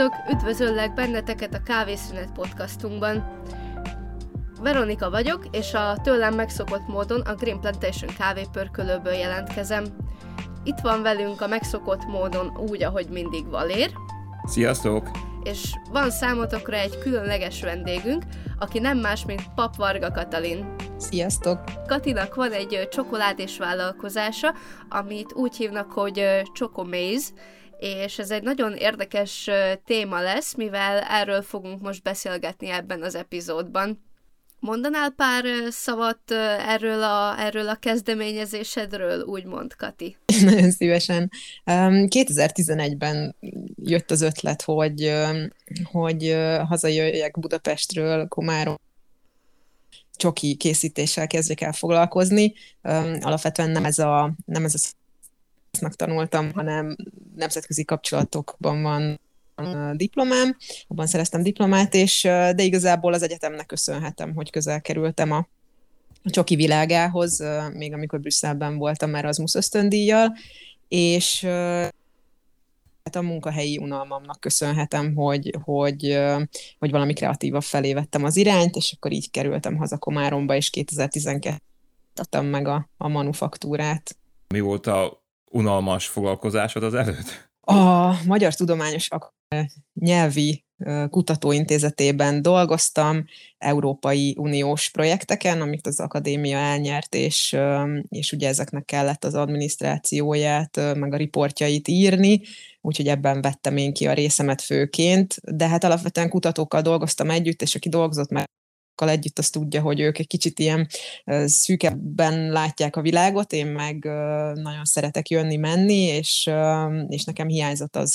Sziasztok! Üdvözöllek benneteket a Kávészünet podcastunkban. Veronika vagyok, és a tőlem megszokott módon a Green Plantation kávépörkölőből jelentkezem. Itt van velünk a megszokott módon úgy, ahogy mindig Valér. Sziasztok! És van számotokra egy különleges vendégünk, aki nem más, mint Pap Varga Katalin. Sziasztok! Katinak van egy csokoládés vállalkozása, amit úgy hívnak, hogy Chocomaze, és ez egy nagyon érdekes téma lesz, mivel erről fogunk most beszélgetni ebben az epizódban. Mondanál pár szavat erről a kezdeményezésedről, úgymond, Kati? Nagyon szívesen. 2011-ben jött az ötlet, hogy hazajöjjek Budapestről, Komárom, csoki készítéssel kezdjek el foglalkozni. Alapvetően nem ez a tanultam, hanem nemzetközi kapcsolatokban van diplomám, abban szereztem diplomát, de igazából az egyetemnek köszönhetem, hogy közel kerültem a csoki világához, még amikor Brüsszelben voltam Erasmus ösztöndíjjal, és a munkahelyi unalmamnak köszönhetem, hogy valami kreatívabb felé vettem az irányt, és akkor így kerültem haza Komáromba, és 2012-ben adtam meg a manufaktúrát. Mi volt a unalmas foglalkozásod az előtt? A Magyar Tudományos Nyelvi Kutatóintézetében dolgoztam, Európai Uniós projekteken, amit az akadémia elnyert, és ugye ezeknek kellett az adminisztrációját, meg a riportjait írni, úgyhogy ebben vettem én ki a részemet főként, de hát alapvetően kutatókkal dolgoztam együtt, és aki dolgozott már együtt, azt tudja, hogy ők egy kicsit ilyen szűkebben látják a világot, én meg nagyon szeretek jönni-menni, és nekem hiányzott az,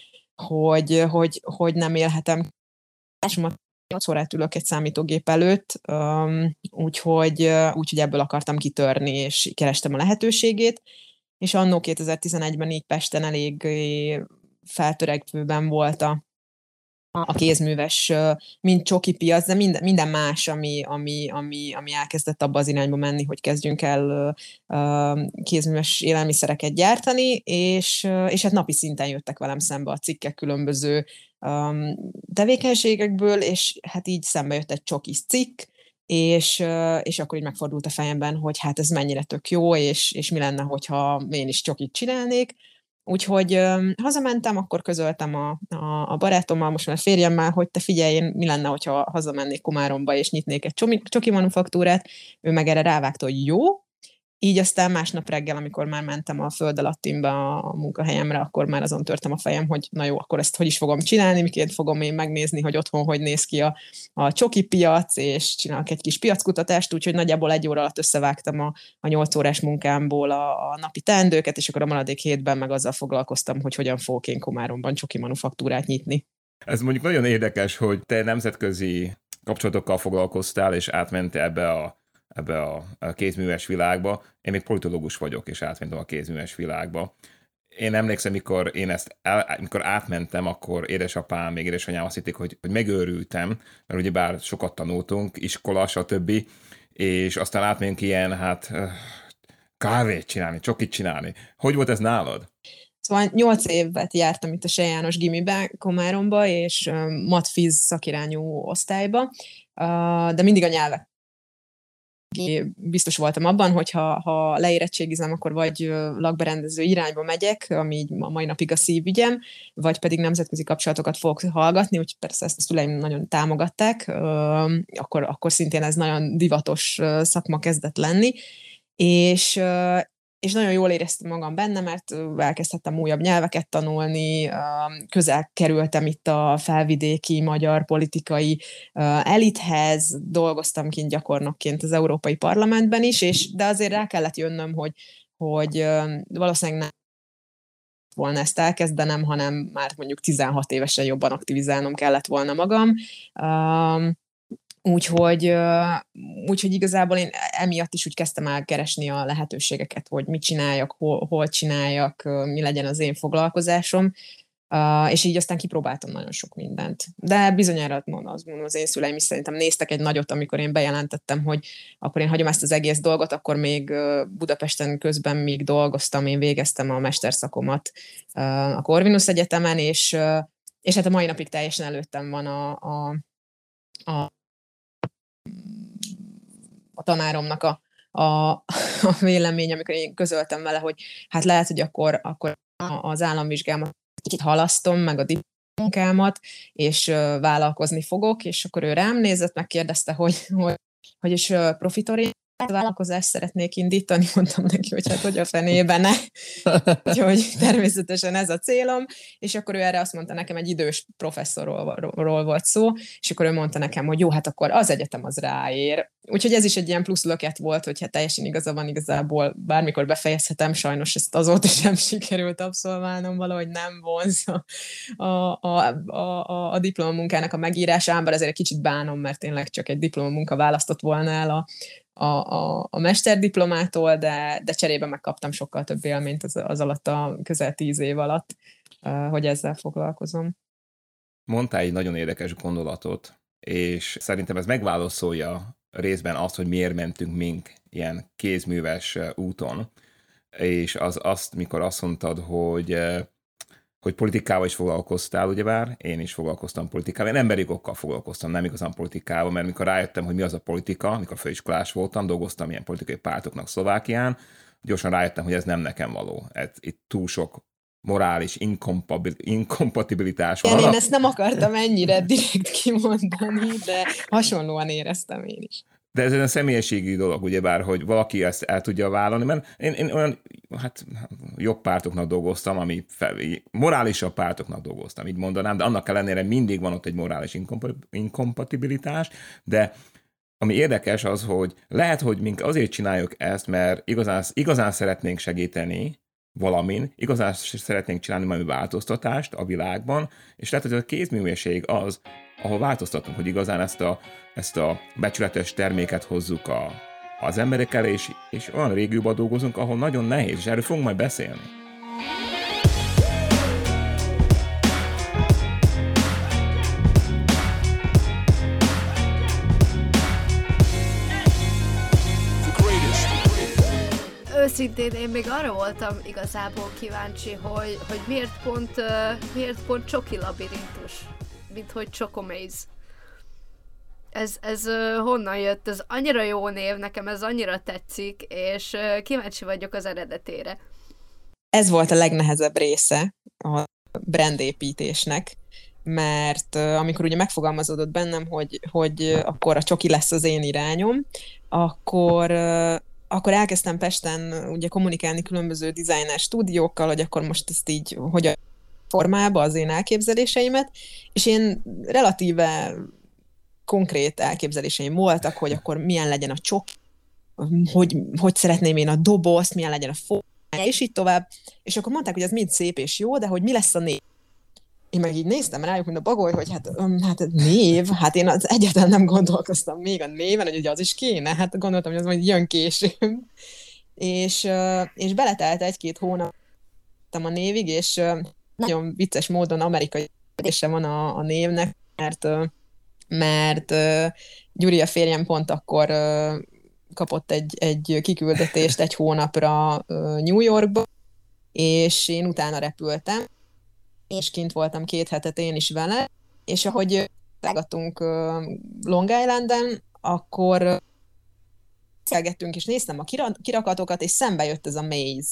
hogy nem élhetem. 8 órát ülök egy számítógép előtt, úgyhogy ebből akartam kitörni, és kerestem a lehetőségét, és annó 2011-ben így Pesten elég feltörekvőben volt a kézműves, mind csoki piac, de minden más, ami elkezdett abba az irányba menni, hogy kezdjünk el kézműves élelmiszereket gyártani, és hát napi szinten jöttek velem szembe a cikkek különböző tevékenységekből, és hát így szembe jött egy csokis cikk, és akkor így megfordult a fejemben, hogy hát ez mennyire tök jó, és mi lenne, hogyha én is csokit csinálnék. Úgyhogy hazamentem, akkor közöltem a barátommal, most már férjemmel, hogy te figyelj, mi lenne, hogyha hazamennék Komáromba, és nyitnék egy csoki manufaktúrát. Ő meg erre rávágta, hogy jó. Így aztán másnap reggel, amikor már mentem a föld alattimba a munkahelyemre, akkor már azon törtem a fejem, hogy na jó, akkor ezt hogy is fogom csinálni, miként fogom én megnézni, hogy otthon hogy néz ki a csoki piac, és csinálok egy kis piackutatást, úgyhogy nagyjából 1 óra alatt összevágtam a 8 órás munkámból a napi teendőket, és akkor a maradék hétben meg azzal foglalkoztam, hogy hogyan fogok én Komáromban csoki manufaktúrát nyitni. Ez mondjuk nagyon érdekes, hogy te nemzetközi kapcsolatokkal foglalkoztál, és átmentél ebbe a kézműves világba. Én még politológus vagyok, és átmentem a kézműves világba. Én emlékszem, mikor átmentem, akkor édesapám, még édesanyám azt hitték, hogy megőrültem, mert ugyebár sokat tanultunk, iskola, stb. És aztán átmegyünk ilyen, kávét csinálni, csokit csinálni. Hogy volt ez nálad? Szóval 8 évet jártam itt a Se János gimibe, Komáromba, és mat-fiz szakirányú osztályba, de mindig a nyelvek. Biztos voltam abban, hogy ha leérettségizem, akkor vagy lakberendező irányba megyek, ami így a mai napig a szívügyem, vagy pedig nemzetközi kapcsolatokat fogok hallgatni, úgyhogy persze ezt a szüleim nagyon támogatták, akkor szintén ez nagyon divatos szakma kezdett lenni, és nagyon jól éreztem magam benne, mert elkezdhettem újabb nyelveket tanulni, közel kerültem itt a felvidéki magyar politikai elithez, dolgoztam kint gyakornokként az Európai Parlamentben is, de azért rá kellett jönnöm, hogy valószínűleg nem volna ezt elkezdenem, hanem már mondjuk 16 évesen jobban aktivizálnom kellett volna magam. Úgyhogy igazából én emiatt is úgy kezdtem el keresni a lehetőségeket, hogy mit csináljak, hol csináljak, mi legyen az én foglalkozásom, és így aztán kipróbáltam nagyon sok mindent. De bizonyára azt mondom, az én szüleim is szerintem néztek egy nagyot, amikor én bejelentettem, hogy akkor én hagyom ezt az egész dolgot, akkor még Budapesten közben még dolgoztam, én végeztem a mesterszakomat a Corvinus Egyetemen, és és hát a mai napig teljesen előttem van a tanáromnak a vélemény, amikor én közöltem vele, hogy hát lehet, hogy akkor az államvizsgámat kicsit halasztom, meg a diplomunkámat, és vállalkozni fogok, és akkor ő rám nézett, megkérdezte, hogy is profitorientált vállalkozást szeretnék indítani, mondtam neki, hogy hát hogy a fenében ne. Úgyhogy természetesen ez a célom, és akkor ő erre azt mondta nekem, egy idős professzorról volt szó, és akkor ő mondta nekem, hogy jó, hát akkor az egyetem az ráér. Úgyhogy ez is egy ilyen plusz löket volt, hogy hát teljesen igaza van, igazából bármikor befejezhetem, sajnos ezt azóta sem sikerült abszolválnom, valahogy nem vonz a diplomamunkának a megírása, ám bár ezért egy kicsit bánom, mert tényleg csak egy diplomamunka választott volna el a mesterdiplomától, de cserébe megkaptam sokkal több élményt az alatt a közel 10 év alatt, hogy ezzel foglalkozom. Mondtál egy nagyon érdekes gondolatot, és szerintem ez megválaszolja részben azt, hogy miért mentünk mink ilyen kézműves úton, és azt, mikor azt mondtad, hogy politikával is foglalkoztál, ugyebár, én is foglalkoztam politikával, én emberi jogokkal foglalkoztam, nem igazán politikával, mert mikor rájöttem, hogy mi az a politika, amikor főiskolás voltam, dolgoztam ilyen politikai pártoknak Szlovákián, gyorsan rájöttem, hogy ez nem nekem való. Itt túl sok morális inkompatibilitás van. Én ezt nem akartam ennyire direkt kimondani, de hasonlóan éreztem én is. De ez egy személyiségi dolog, ugyebár, hogy valaki ezt el tudja vállalni, mert én olyan jobb pártoknak dolgoztam, morálisabb pártoknak dolgoztam, így mondanám, de annak ellenére mindig van ott egy morális inkompatibilitás, de ami érdekes az, hogy lehet, hogy mink azért csináljuk ezt, mert igazán szeretnénk segíteni valamin, igazán szeretnénk csinálni valami változtatást a világban, és lehet, hogy a kézművészség az, ahol változtatunk, hogy igazán ezt a becsületes terméket hozzuk az emberek elé, és olyan régióban dolgozunk, ahol nagyon nehéz, és erről fogunk majd beszélni. Őszintén én még arra voltam igazából kíváncsi, hogy miért pont Csoki labirintus, mint hogy Chocomaze. Ez honnan jött? Ez annyira jó név, nekem ez annyira tetszik, és kíváncsi vagyok az eredetére. Ez volt a legnehezebb része a brandépítésnek, mert amikor ugye megfogalmazódott bennem, hogy akkor a Csoki lesz az én irányom, akkor elkezdtem Pesten ugye kommunikálni különböző designer stúdiókkal, hogy akkor most ezt így hogyan formába az én elképzeléseimet, és én relatíve konkrét elképzeléseim voltak, hogy akkor milyen legyen a Csoki, hogy szeretném én a dobozt, milyen legyen a formája, és így tovább. És akkor mondták, hogy ez mind szép és jó, de hogy mi lesz a név. Én meg így néztem rájuk, mint a bagoly, hogy hát név, hát én az egyáltalán nem gondolkoztam még a néven, hogy ugye az is kéne, hát gondoltam, hogy az majd jön később. És beletelt 1-2 hónap a névig, és nagyon vicces módon amerikai és van a névnek, mert Gyuri, a férjem pont akkor kapott egy kiküldetést 1 hónapra New Yorkba, és én utána repültem, és kint voltam 2 hetet én is vele, és ahogy találgattunk Long Islanden, akkor beszélgettünk, és néztem a kirakatokat, és szembe jött ez a Maze.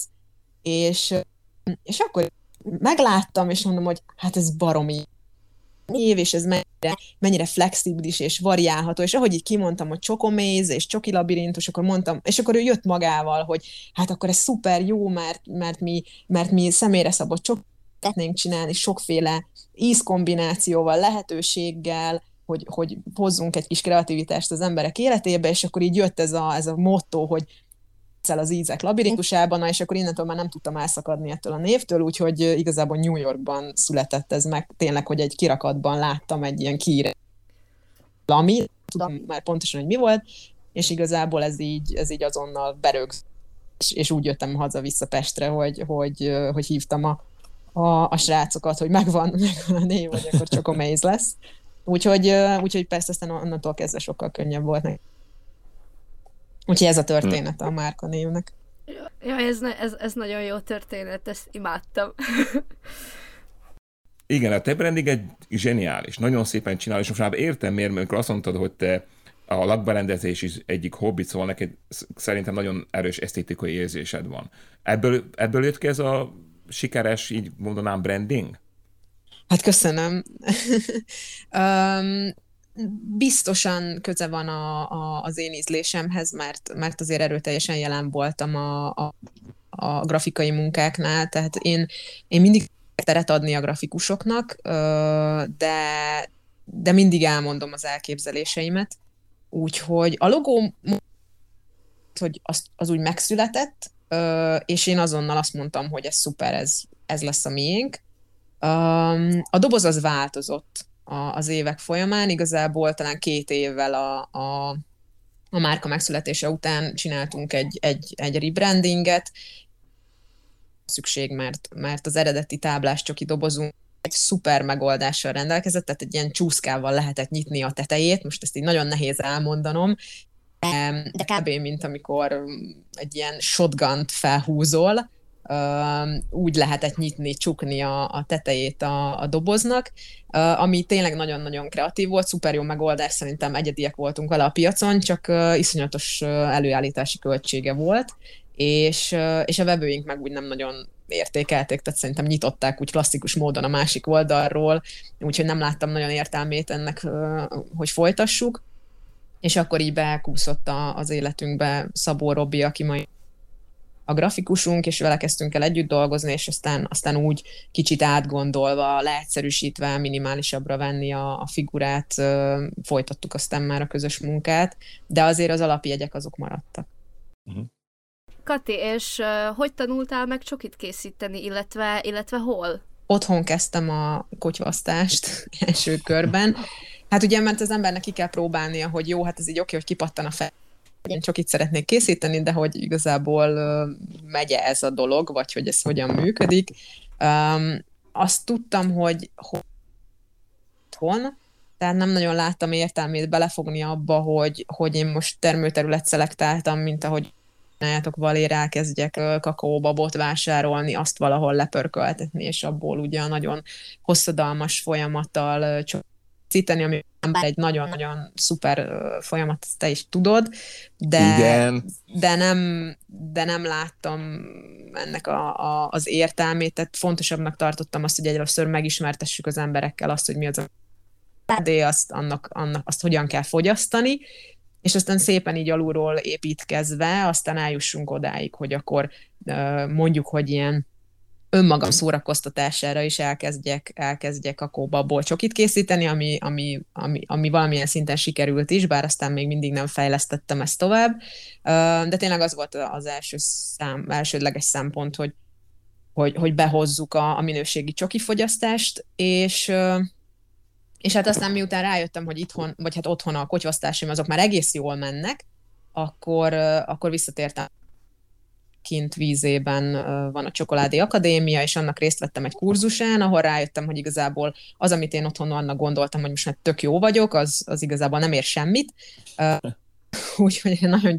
És akkor megláttam, és mondom, hogy hát ez baromi név, és ez mennyire flexibilis és variálható, és ahogy így kimondtam, hogy Chocomaze és Csoki labirintus, akkor mondtam, és akkor ő jött magával, hogy hát akkor ez szuper jó, mert mi személyre szabott Csoki szeretnénk csinálni sokféle ízkombinációval, lehetőséggel, hogy hozzunk egy kis kreativitást az emberek életébe, és akkor így jött ez a motto, hogy az ízek labirintusában, és akkor innentől már nem tudtam elszakadni ettől a névtől, úgyhogy igazából New Yorkban született ez meg, tényleg, hogy egy kirakatban láttam egy ilyen kiírás, ami, tudom már pontosan, hogy mi volt, és igazából ez így azonnal berögzött, és úgy jöttem haza-vissza Pestre, hogy hívtam a srácokat, hogy megvan a név, hogy akkor Chocomaze lesz. Úgyhogy persze aztán onnantól kezdve sokkal könnyebb volt neki. Úgyhogy ez a történet a márkanévnek. Ja, ez nagyon jó történet, ezt imádtam. Igen, a te branding egy zseniális, nagyon szépen csinál, és most már értem miért, mert azt mondtad, hogy te a lakberendezés is egyik hobbit, szóval neked szerintem nagyon erős esztétikai érzésed van. Ebből jött ki ez a sikeres, így mondanám, branding? Hát köszönöm. Biztosan köze van az én ízlésemhez, mert azért erőteljesen jelen voltam a grafikai munkáknál, tehát én mindig teret adni a grafikusoknak, de mindig elmondom az elképzeléseimet. Úgyhogy a logó, hogy az úgy megszületett, és én azonnal azt mondtam, hogy ez szuper, ez lesz a miénk. A doboz az változott az évek folyamán, igazából talán 2 évvel a márka megszületése után csináltunk egy rebrandinget, szükség, mert az eredeti táblás csoki dobozunk egy szuper megoldással rendelkezett, tehát egy ilyen csúszkával lehetett nyitni a tetejét, most ezt így nagyon nehéz elmondanom, de kb. Mint amikor egy ilyen shotgunt felhúzol, úgy lehetett nyitni, csukni a tetejét a doboznak, ami tényleg nagyon-nagyon kreatív volt, szuper jó megoldás, szerintem egyediek voltunk vele a piacon, csak iszonyatos előállítási költsége volt, és a vevőink meg úgy nem nagyon értékelték, tehát szerintem nyitották úgy klasszikus módon a másik oldalról, úgyhogy nem láttam nagyon értelmét ennek, hogy folytassuk, és akkor így bekúszott az életünkbe Szabó Robi, aki majd a grafikusunk, és vele kezdtünk el együtt dolgozni, és aztán úgy kicsit átgondolva, leegyszerűsítve, minimálisabbra venni a figurát, folytattuk aztán már a közös munkát, de azért az alapjegyek azok maradtak. Kati, és hogy tanultál meg csokit készíteni, illetve hol? Otthon kezdtem a kotyvasztást első körben. Hát ugye, mert az embernek ki kell próbálnia, hogy jó, hát ez így oké, hogy kipattan a fel. Én csokit szeretnék készíteni, de hogy igazából megy-e ez a dolog, vagy hogy ez hogyan működik. Azt tudtam, hogy otthon, tehát nem nagyon láttam értelmét belefogni abba, hogy én most termőterület szelektáltam, mint ahogy valér elkezdjek kakaóbabot vásárolni, azt valahol lepörköltetni, és abból ugye a nagyon hosszadalmas folyamattal cíteni, ami egy nagyon-nagyon szuper folyamat, ezt te is tudod, de nem láttam ennek az értelmét, tehát fontosabbnak tartottam azt, hogy először megismertessük az emberekkel azt, hogy mi az azt hogyan kell fogyasztani, és aztán szépen így alulról építkezve, aztán eljussunk odáig, hogy akkor mondjuk, hogy ilyen önmagam szórakoztatására is elkezdjek kakaóbabból csokit készíteni, ami valamilyen szinten sikerült is, bár aztán még mindig nem fejlesztettem ezt tovább. De tényleg az volt az elsődleges szempont, hogy behozzuk a minőségi csokifogyasztást, és hát aztán miután rájöttem, hogy itthon, vagy hát otthon a kotyvasztásaim azok már egész jól mennek, akkor visszatértem. Kint Vízében van a Csokoládé Akadémia, és annak részt vettem egy kurzusán, ahol rájöttem, hogy igazából az, amit én otthon annak gondoltam, hogy most már tök jó vagyok, az igazából nem ér semmit. Úgyhogy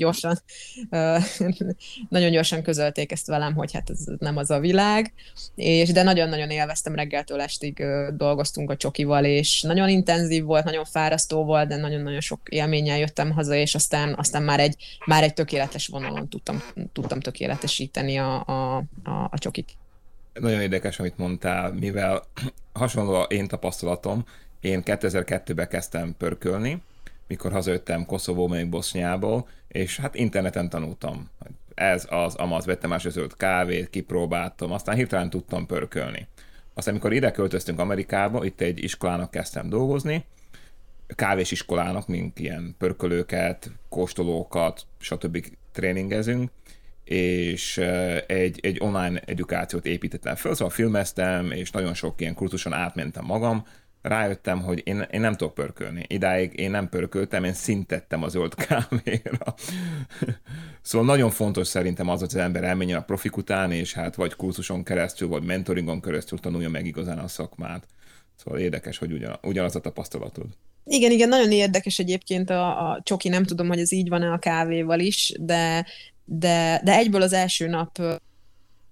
nagyon gyorsan közölték ezt velem, hogy hát ez nem az a világ, de nagyon-nagyon élveztem, reggeltől estig dolgoztunk a csokival, és nagyon intenzív volt, nagyon fárasztó volt, de nagyon-nagyon sok élménnyel jöttem haza, és aztán már egy tökéletes vonalon tudtam tökéletesíteni a csokit. Nagyon érdekes, amit mondtál, mivel hasonló én tapasztalatom, én 2002-ben kezdtem pörkölni, mikor hazajöttem Koszovó, még Boszniából, és hát interneten tanultam. Ez az, amaz, vettem más zöld kávét, kipróbáltam, aztán hirtelen tudtam pörkölni. Aztán, amikor ide költöztünk Amerikába, itt egy iskolának kezdtem dolgozni, kávés iskolának, mint ilyen pörkölőket, kóstolókat, stb. Tréningezünk, és egy online edukációt építettem föl, szóval filmeztem, és nagyon sok ilyen kurzuson átmentem magam, rájöttem, hogy én nem tudok pörkölni. Idáig én nem pörköltem, én szintettem a zöld kávéra. Szóval nagyon fontos szerintem az, hogy az ember elmenjen a profik után, és hát vagy kurzuson keresztül, vagy mentoringon keresztül tanulja meg igazán a szakmát. Szóval érdekes, hogy ugyanaz a tapasztalatod. Igen, nagyon érdekes egyébként a csoki, nem tudom, hogy ez így van-e a kávéval is, de egyből az első nap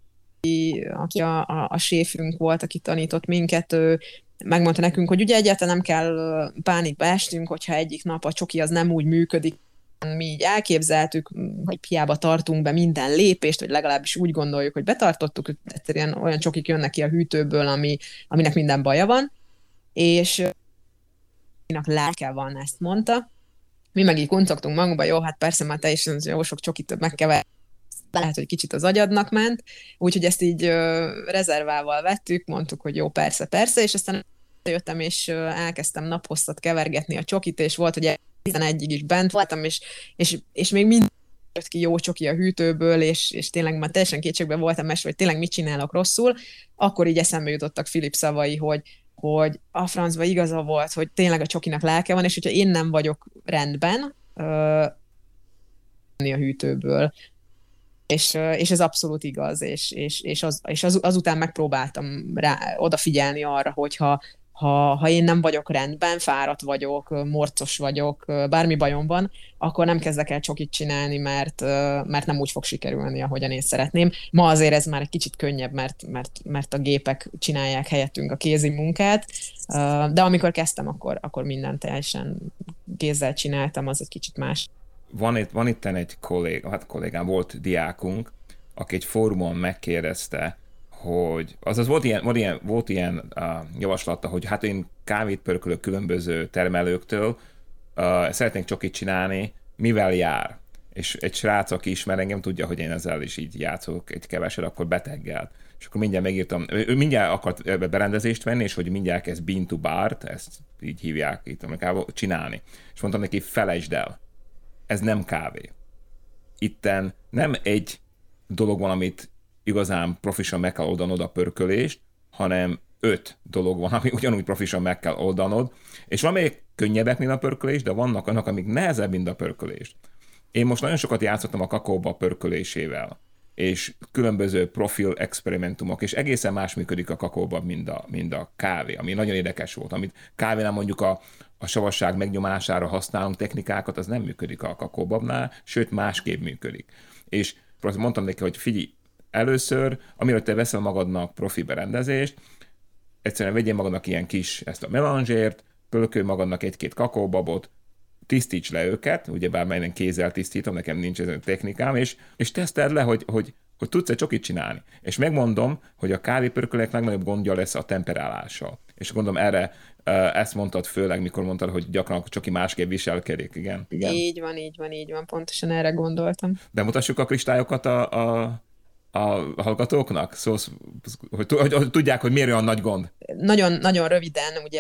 aki a séfünk volt, aki tanított minket, ő megmondta nekünk, hogy ugye egyáltalán nem kell pánikba estünk, hogyha egyik nap a csoki az nem úgy működik, mi így elképzeltük, hogy hiába tartunk be minden lépést, vagy legalábbis úgy gondoljuk, hogy betartottuk, egyszerűen olyan csokik jönnek ki a hűtőből, aminek minden baja van, és lelke van, ezt mondta. Mi meg így kuncogtunk magunkba, jó, hát persze már te is jó sok csokit megkever, lehet, hogy kicsit az agyadnak ment, úgyhogy ezt így rezervával vettük, mondtuk, hogy jó, persze, és aztán jöttem, és elkezdtem naphosszat kevergetni a csokit, és volt, hogy 11-ig is bent voltam, és még mind jött ki jó csoki a hűtőből, és tényleg már teljesen kétségben voltam mesve, hogy tényleg mit csinálok rosszul, akkor így eszembe jutottak Filip szavai, hogy a francba igaza volt, hogy tényleg a csokinak lelke van, és hogyha én nem vagyok rendben, a hűtőből. És ez abszolút igaz, és azután megpróbáltam odafigyelni arra, hogyha én nem vagyok rendben, fáradt vagyok, morcos vagyok, bármi bajom van, akkor nem kezdek el csokit csinálni, mert nem úgy fog sikerülni, ahogyan én szeretném. Ma azért ez már egy kicsit könnyebb, mert a gépek csinálják helyettünk a kézi munkát, de amikor kezdtem, akkor mindent teljesen kézzel csináltam, az egy kicsit más. Van itt egy kollégám, volt diákunk, aki egy fórumon megkérdezte, hogy volt ilyen javaslata, hogy hát én kávét pörkölök különböző termelőktől, szeretnék csokit csinálni, mivel jár? És egy srác, aki ismer engem, tudja, hogy én ezzel is így játszok egy keveset, akkor beteggel. És akkor mindjárt megírtam, ő mindjárt akart berendezést venni, és hogy mindjárt kezd bean to bart, ezt így hívják itt Amerikában, csinálni. És mondtam neki, felejtsd el. Ez nem kávé. Itten nem egy dolog van, amit igazán profisan meg kell oldanod a pörkölést, hanem 5 dolog van, ami ugyanúgy profisan meg kell oldanod, és van még könnyebbek, mint a pörkölés, de vannak annak, amik nehezebb, mint a pörkölés. Én most nagyon sokat játszottam a kakaóba pörkölésével, és különböző profil experimentumok, és egészen más működik a kakaóban, mint a kávé, ami nagyon érdekes volt. Amit kávénál mondjuk a savasság megnyomására használunk technikákat, az nem működik a kakaóbabnál, sőt másképp működik. És mondtam neki, hogy figyelj, először, amiről te veszel magadnak profi berendezést, egyszerűen vegyél magadnak ilyen kis ezt a melangért, pölkölj magadnak 1-2 kakaóbabot, tisztíts le őket, ugyebár minden kézzel tisztítom, nekem nincs ez a technikám, és teszteld le, hogy tudsz-e csokit csinálni. És megmondom, hogy a kávépörkölőnek legnagyobb gondja lesz a temperálással. És gondolom erre ezt mondtad főleg, mikor mondtad, hogy gyakran a csoki másképp viselkedik, igen? Így van, pontosan erre gondoltam. Bemutassuk a kristályokat a hallgatóknak? Szóval, hogy tudják, hogy miért olyan nagy gond? Nagyon, nagyon röviden, ugye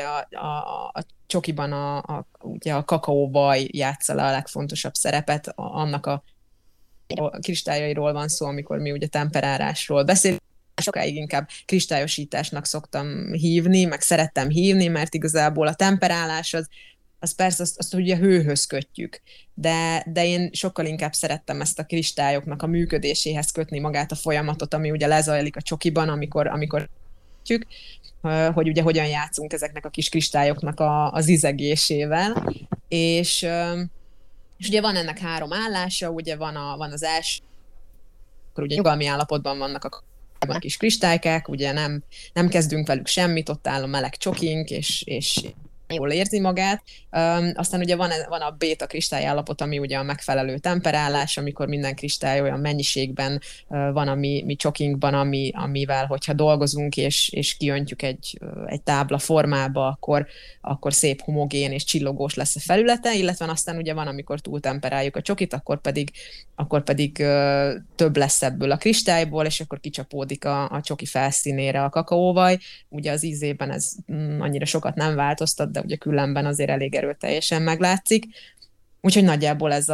a csokiban ugye a kakaóvaj játsza le a legfontosabb szerepet, annak a kristályairól van szó, amikor mi ugye temperálásról beszélünk. Sokáig inkább kristályosításnak szoktam hívni, meg szerettem hívni, mert igazából a temperálás az persze azt ugye hőhöz kötjük, de én sokkal inkább szerettem ezt a kristályoknak a működéséhez kötni magát a folyamatot, ami ugye lezajlik a csokiban, amikor kötjük, hogy ugye hogyan játszunk ezeknek a kis kristályoknak az izegésével, és ugye van ennek 3 állása, ugye van az első, akkor ugye nyugalmi állapotban vannak a kis kristálykák, ugye nem kezdünk velük semmit, ott áll a meleg csokink, és jól érzi magát. Aztán ugye van a béta kristály állapot, ami ugye a megfelelő temperálás, amikor minden kristály olyan mennyiségben van a mi csokinkban, amivel, hogyha dolgozunk és kiöntjük egy tábla formába, akkor szép homogén és csillogós lesz a felülete, illetve aztán ugye van, amikor túltemperáljuk a csokit, akkor pedig több lesz ebből a kristályból, és akkor kicsapódik a csoki felszínére a kakaóvaj. Ugye az ízében ez annyira sokat nem változtat, de ugye különben azért elég erőteljesen meglátszik. Úgyhogy nagyjából ez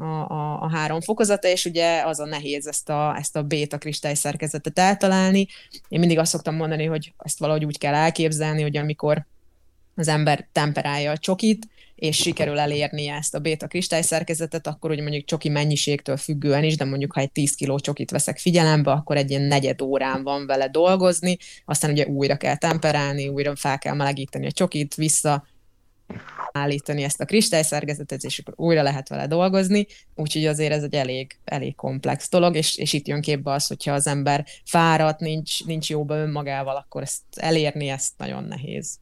a 3 fokozata, és ugye az a nehéz ezt a béta kristály szerkezetet eltalálni. Én mindig azt szoktam mondani, hogy ezt valahogy úgy kell elképzelni, hogy amikor az ember temperálja a csokit, és sikerül elérnie ezt a béta kristály szerkezetet, akkor ugye mondjuk csoki mennyiségtől függően is, de mondjuk ha egy 10 kiló csokit veszek figyelembe, akkor egy ilyen 4 órán van vele dolgozni, aztán ugye újra kell temperálni, újra fel kell melegíteni a csokit, vissza állítani ezt a kristályszerkezetet, és akkor újra lehet vele dolgozni, úgyhogy azért ez egy elég komplex dolog, és itt jön képbe az, hogyha az ember fáradt, nincs jóba önmagával, akkor ezt elérni, ezt nagyon nehéz.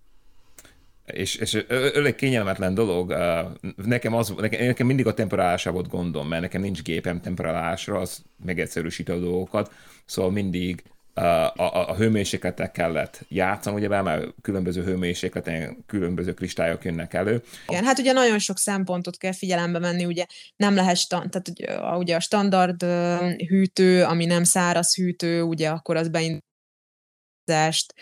És elég kényelmetlen dolog. Nekem mindig a temperálásra volt gondom, mert nekem nincs gépem temperálásra, az megegyszerűsít a dolgokat, szóval mindig a hőmérsékletek kellett játszani, ugyebár, mert különböző hőmérsékleten különböző kristályok jönnek elő. Igen, hát ugye nagyon sok szempontot kell figyelembe venni, ugye nem lehet, tehát ugye a standard hűtő, ami nem száraz hűtő, ugye akkor az beindítást,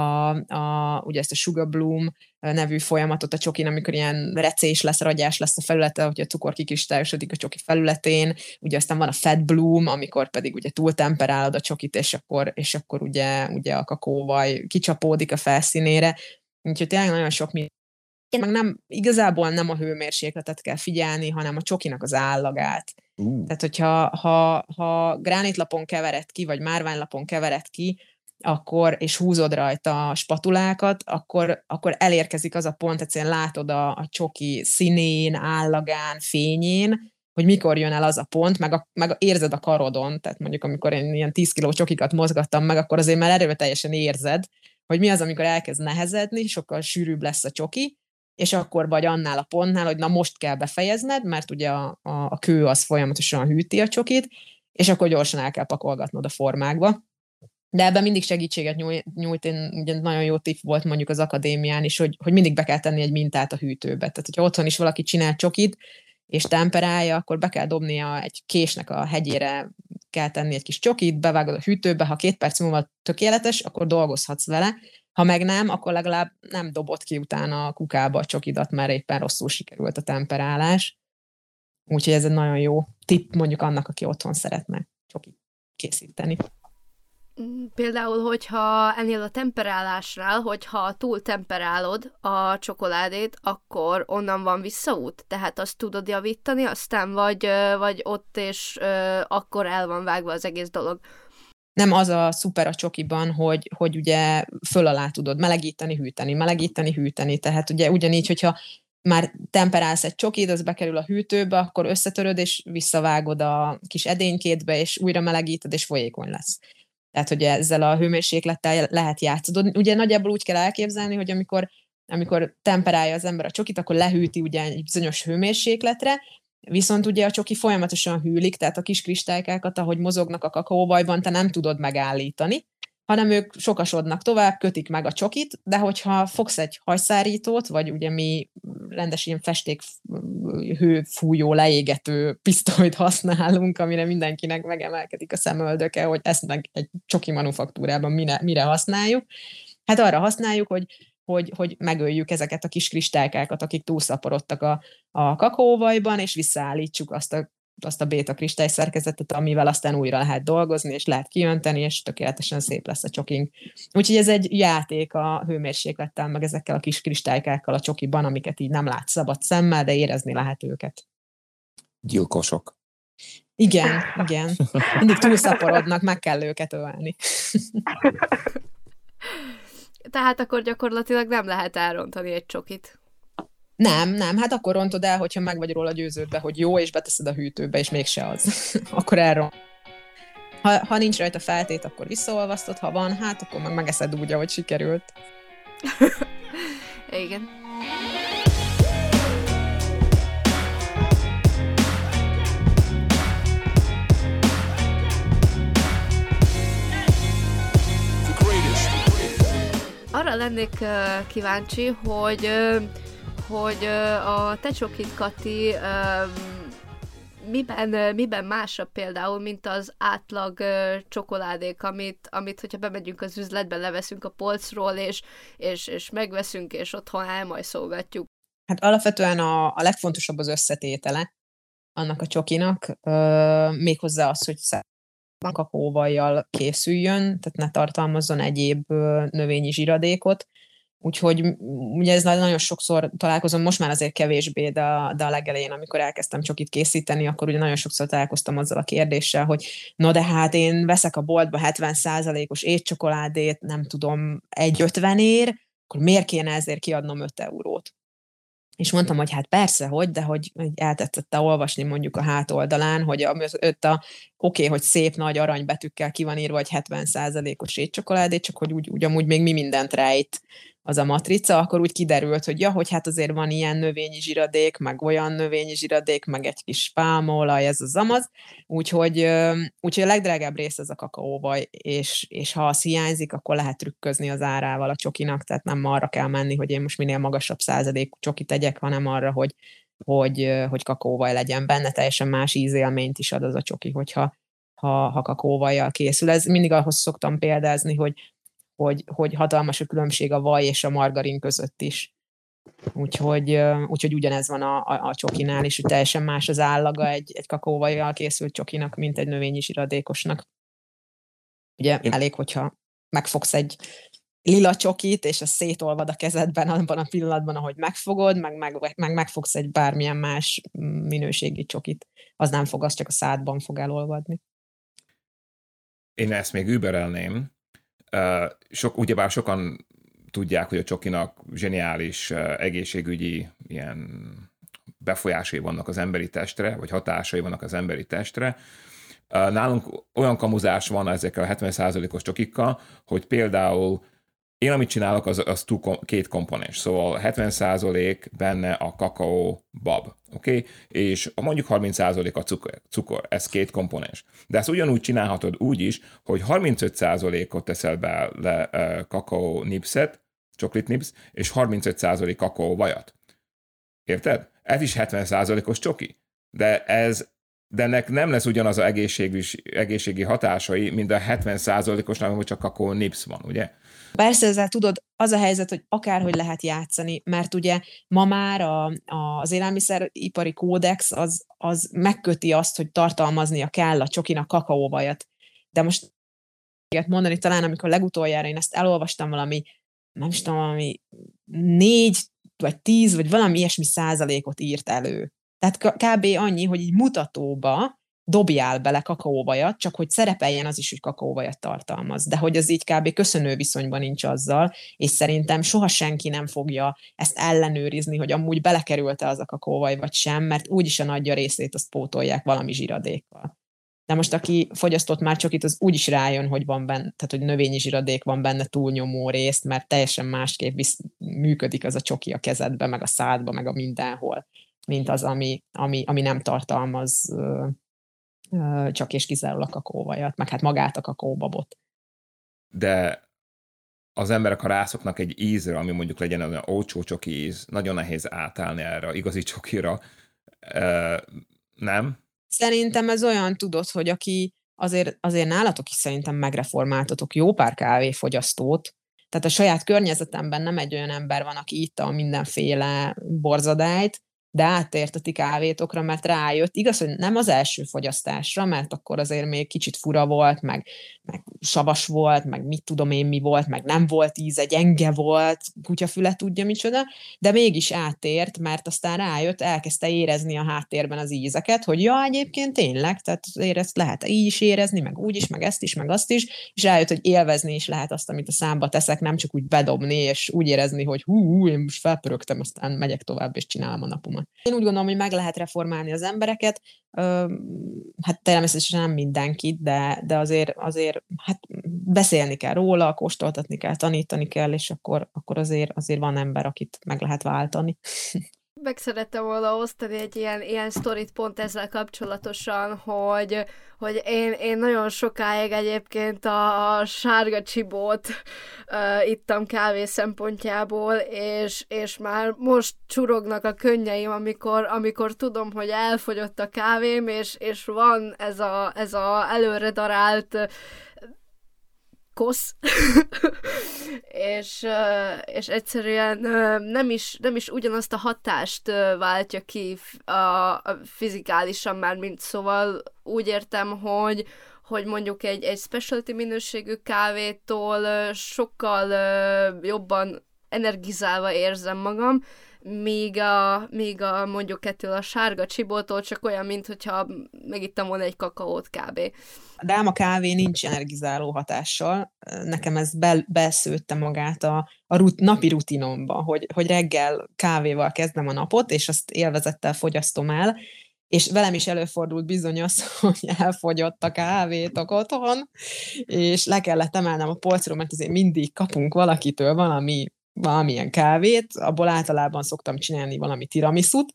ugye ezt a Sugar Bloom nevű folyamatot a csokin, amikor ilyen recés lesz, ragyás lesz a felülete, hogy a cukor kikristályosodik a csoki felületén, ugye aztán van a Fat Bloom, amikor pedig ugye túltemperálod a csokit, és akkor ugye a kakaóvaj kicsapódik a felszínére, úgyhogy tényleg nagyon sok meg igazából nem a hőmérsékletet kell figyelni, hanem a csokinak az állagát. Tehát, hogyha ha gránitlapon kevered ki, vagy márványlapon kevered ki, és húzod rajta a spatulákat, akkor elérkezik az a pont, egyszerűen látod a csoki színén, állagán, fényén, hogy mikor jön el az a pont, meg érzed a karodon, tehát mondjuk amikor én ilyen 10 kiló csokikat mozgattam meg, akkor azért már erőteljesen érzed, hogy mi az, amikor elkezd nehezedni, sokkal sűrűbb lesz a csoki, és akkor vagy annál a pontnál, hogy na most kell befejezned, mert ugye a kő az folyamatosan hűti a csokit, és akkor gyorsan el kell pakolgatnod a formákba. De ebben mindig segítséget nyújt, ugye nagyon jó tipp volt mondjuk az akadémián is, hogy mindig be kell tenni egy mintát a hűtőbe. Tehát, hogyha otthon is valaki csinál csokit, és temperálja, akkor be kell dobnia egy késnek a hegyére, kell tenni egy kis csokit, bevágod a hűtőbe, ha 2 perc múlva tökéletes, akkor dolgozhatsz vele, ha meg nem, akkor legalább nem dobod ki utána a kukába a csokidat, mert éppen rosszul sikerült a temperálás. Úgyhogy ez egy nagyon jó tipp mondjuk annak, aki otthon szeretne csokit készíteni. Például, hogyha ennél a temperálásnál, hogyha túl temperálod a csokoládét, akkor onnan van visszaút? Tehát azt tudod javítani, aztán vagy ott, és akkor el van vágva az egész dolog? Nem az a szuper a csokiban, hogy ugye föl alá tudod melegíteni, hűteni. Tehát ugye ugyanígy, hogyha már temperálsz egy csokit, az bekerül a hűtőbe, akkor összetöröd, és visszavágod a kis edénykétbe, és újra melegíted, és folyékony lesz. Tehát, hogy ezzel a hőmérséklettel lehet játszani. Ugye nagyjából úgy kell elképzelni, hogy amikor temperálja az ember a csokit, akkor lehűti ugye egy bizonyos hőmérsékletre, viszont ugye a csoki folyamatosan hűlik, tehát a kis kristálykákat, ahogy mozognak a kakaóvajban, te nem tudod megállítani, hanem ők sokasodnak tovább, kötik meg a csokit, de hogyha fogsz egy hajszárítót, vagy ugye mi rendes ilyen festék hőfújó, leégető pisztolyt használunk, amire mindenkinek megemelkedik a szemöldöke, hogy ezt meg egy csoki manufaktúrában mire használjuk. Hát arra használjuk, hogy megöljük ezeket a kis kristálykát, akik túlszaporodtak a kakaóvajban, és visszaállítsuk azt a béta kristályszerkezetet, amivel aztán újra lehet dolgozni, és lehet kiönteni, és tökéletesen szép lesz a csokink. Úgyhogy ez egy játék a hőmérséklettel, meg ezekkel a kis kristálykákkal a csokiban, amiket így nem látsz szabad szemmel, de érezni lehet őket. Gyilkosok. Igen. Mindig túlszaporodnak, meg kell őket ölni. Tehát akkor gyakorlatilag nem lehet elrontani egy csokit. Nem, hát akkor rontod el, hogyha meg vagy róla győződve, hogy jó, és beteszed a hűtőbe, és mégse az. Akkor elront. Ha nincs rajta feltét, akkor visszaolvasztod, ha van, hát akkor meg megeszed úgy, ahogy sikerült. Igen. Arra lennék kíváncsi, hogy a te csokid, Kati, miben másabb például, mint az átlag csokoládék, amit hogyha bemegyünk az üzletbe, leveszünk a polcról, és megveszünk, és otthon elmajszolgatjuk. Hát alapvetően a legfontosabb az összetétele annak a csokinak, méghozzá az, hogy kakaóvajjal készüljön, tehát ne tartalmazzon egyéb növényi zsiradékot. Úgyhogy ugye ez nagyon sokszor találkozom, most már azért kevésbé, de a legelején, amikor elkezdtem csokit készíteni, akkor ugye nagyon sokszor találkoztam azzal a kérdéssel, hogy no de hát én veszek a boltba 70%-os étcsokoládét, nem tudom, 1,50 ér, akkor miért kéne ezért kiadnom 5 eurót? És mondtam, hogy hát persze, de hogy eltetszette olvasni mondjuk a hátoldalán, hogy oké, hogy szép nagy aranybetűkkel ki van írva, hogy 70%-os étcsokoládé, csak hogy úgy amúgy még mi mindent rejt az a matrica, akkor úgy kiderült, hogy hogy hát azért van ilyen növényi zsiradék, meg olyan növényi zsiradék, meg egy kis pálmaolaj, ez az amaz, úgyhogy a legdrágább rész az a kakaóvaj, és ha az hiányzik, akkor lehet trükközni az árával a csokinak, tehát nem arra kell menni, hogy én most minél magasabb százalékú csokit tegyek, hanem arra, hogy kakaóvaj legyen benne, teljesen más ízélményt is ad az a csoki, hogyha kakaóvajjal készül. Ez mindig ahhoz szoktam példázni, hogy hatalmas a különbség a vaj és a margarin között is. Úgyhogy ugyanez van a csokinál is, hogy teljesen más az állaga egy kakaóvajjal készült csokinak, mint egy növényi zsiradékosnak. Ugye elég, hogyha megfogsz egy lila csokit, és az szétolvad a kezedben abban a pillanatban, ahogy megfogod, meg megfogsz egy bármilyen más minőségi csokit. Az nem fog, az csak a szádban fog elolvadni. Én ezt még überelném. Ugyebár sokan tudják, hogy a csokinak zseniális egészségügyi ilyen befolyásai vannak az emberi testre, vagy hatásai vannak az emberi testre. Nálunk olyan kamuzás van ezekkel a 70%-os csokikkal, hogy például én, amit csinálok, az két komponens. Szóval 70% benne a kakaó bab, oké? És mondjuk 30% a cukor. Ez két komponens. De ezt ugyanúgy csinálhatod úgy is, hogy 35%-ot teszel bele kakaó nipset, chocolate nips, és 35% kakaó vajat. Érted? Ez is 70%-os csoki. De ennek nem lesz ugyanaz az egészségi hatásai, mint a 70%-osnál, hogy csak kakaó nips van, ugye? Persze, ezzel tudod, az a helyzet, hogy akárhogy lehet játszani, mert ugye ma már az élelmiszeripari kódex az megköti azt, hogy tartalmaznia kell a csokinak kakaóvajat. De most mondani talán, amikor legutoljára én ezt elolvastam valami 4 vagy 10 vagy valami ilyesmi százalékot írt elő. Tehát kb. Annyi, hogy így mutatóba dobjál bele kakaóvajat, csak hogy szerepeljen az is, hogy kakaóvajat tartalmaz. De hogy az így kb. Köszönő viszonyban nincs azzal, és szerintem soha senki nem fogja ezt ellenőrizni, hogy amúgy belekerült-e az a kakaóvaj vagy sem, mert úgyis a nagyja részét azt pótolják valami zsiradékkal. De most aki fogyasztott már csokit, az úgyis rájön, hogy van benne, tehát hogy növényi zsiradék van benne túlnyomó részt, mert teljesen másképp működik az a csoki a kezedbe, meg a szádba, meg a mindenhol, mint az, ami nem tartalmaz csak és kizárólag kakaóvajat, meg hát magát a kakaóbabot. De az emberek, ha rászoknak egy ízre, ami mondjuk legyen olyan olcsó csoki íz, nagyon nehéz átállni erre, igazi csokira. Nem? Szerintem ez olyan, tudod, hogy aki azért nálatok is szerintem megreformáltatok jó pár kávéfogyasztót, tehát a saját környezetemben nem egy olyan ember van, aki itta a mindenféle borzadályt, de áttért a ti kávétokra, mert rájött. Igaz, hogy nem az első fogyasztásra, mert akkor azért még kicsit fura volt, meg savas volt, meg mit tudom én mi volt, meg nem volt íze, gyenge volt, kutyafüle tudja micsoda, de mégis áttért, mert aztán rájött, elkezdte érezni a háttérben az ízeket, hogy ja, egyébként tényleg, tehát ezt lehet így is érezni, meg úgy is, meg ezt is, meg azt is, és rájött, hogy élvezni is lehet azt, amit a számba teszek, nem csak úgy bedobni, és úgy érezni, hogy én most felpörögtem, aztán megyek tovább, és csinálom a napomat. Én úgy gondolom, hogy meg lehet reformálni az embereket, hát természetesen nem mindenkit, de azért hát beszélni kell róla, kóstoltatni kell, tanítani kell, és akkor azért van ember, akit meg lehet váltani. Meg szerettem volna osztani egy ilyen sztorit pont ezzel kapcsolatosan, hogy én nagyon sokáig egyébként a sárga csibót ittam kávé szempontjából, és már most csurognak a könnyeim, amikor tudom, hogy elfogyott a kávém, és van ez a előre darált kosz, és egyszerűen nem is ugyanazt a hatást váltja ki a fizikálisan már, mint szóval úgy értem, hogy mondjuk egy specialty minőségű kávétól sokkal jobban energizálva érzem magam, míg a mondjuk ettől a sárga csibótól csak olyan, mintha megittam volna egy kakaót kb. De ám a kávé nincs energizáló hatással. Nekem ez beszőtte magát a napi rutinomba, hogy reggel kávéval kezdem a napot, és azt élvezettel fogyasztom el, és velem is előfordult bizony az, hogy elfogyott a kávétok otthon, és le kellett emelnem a polcról, mert azért mindig kapunk valakitől valamilyen kávét, abból általában szoktam csinálni valami tiramisut,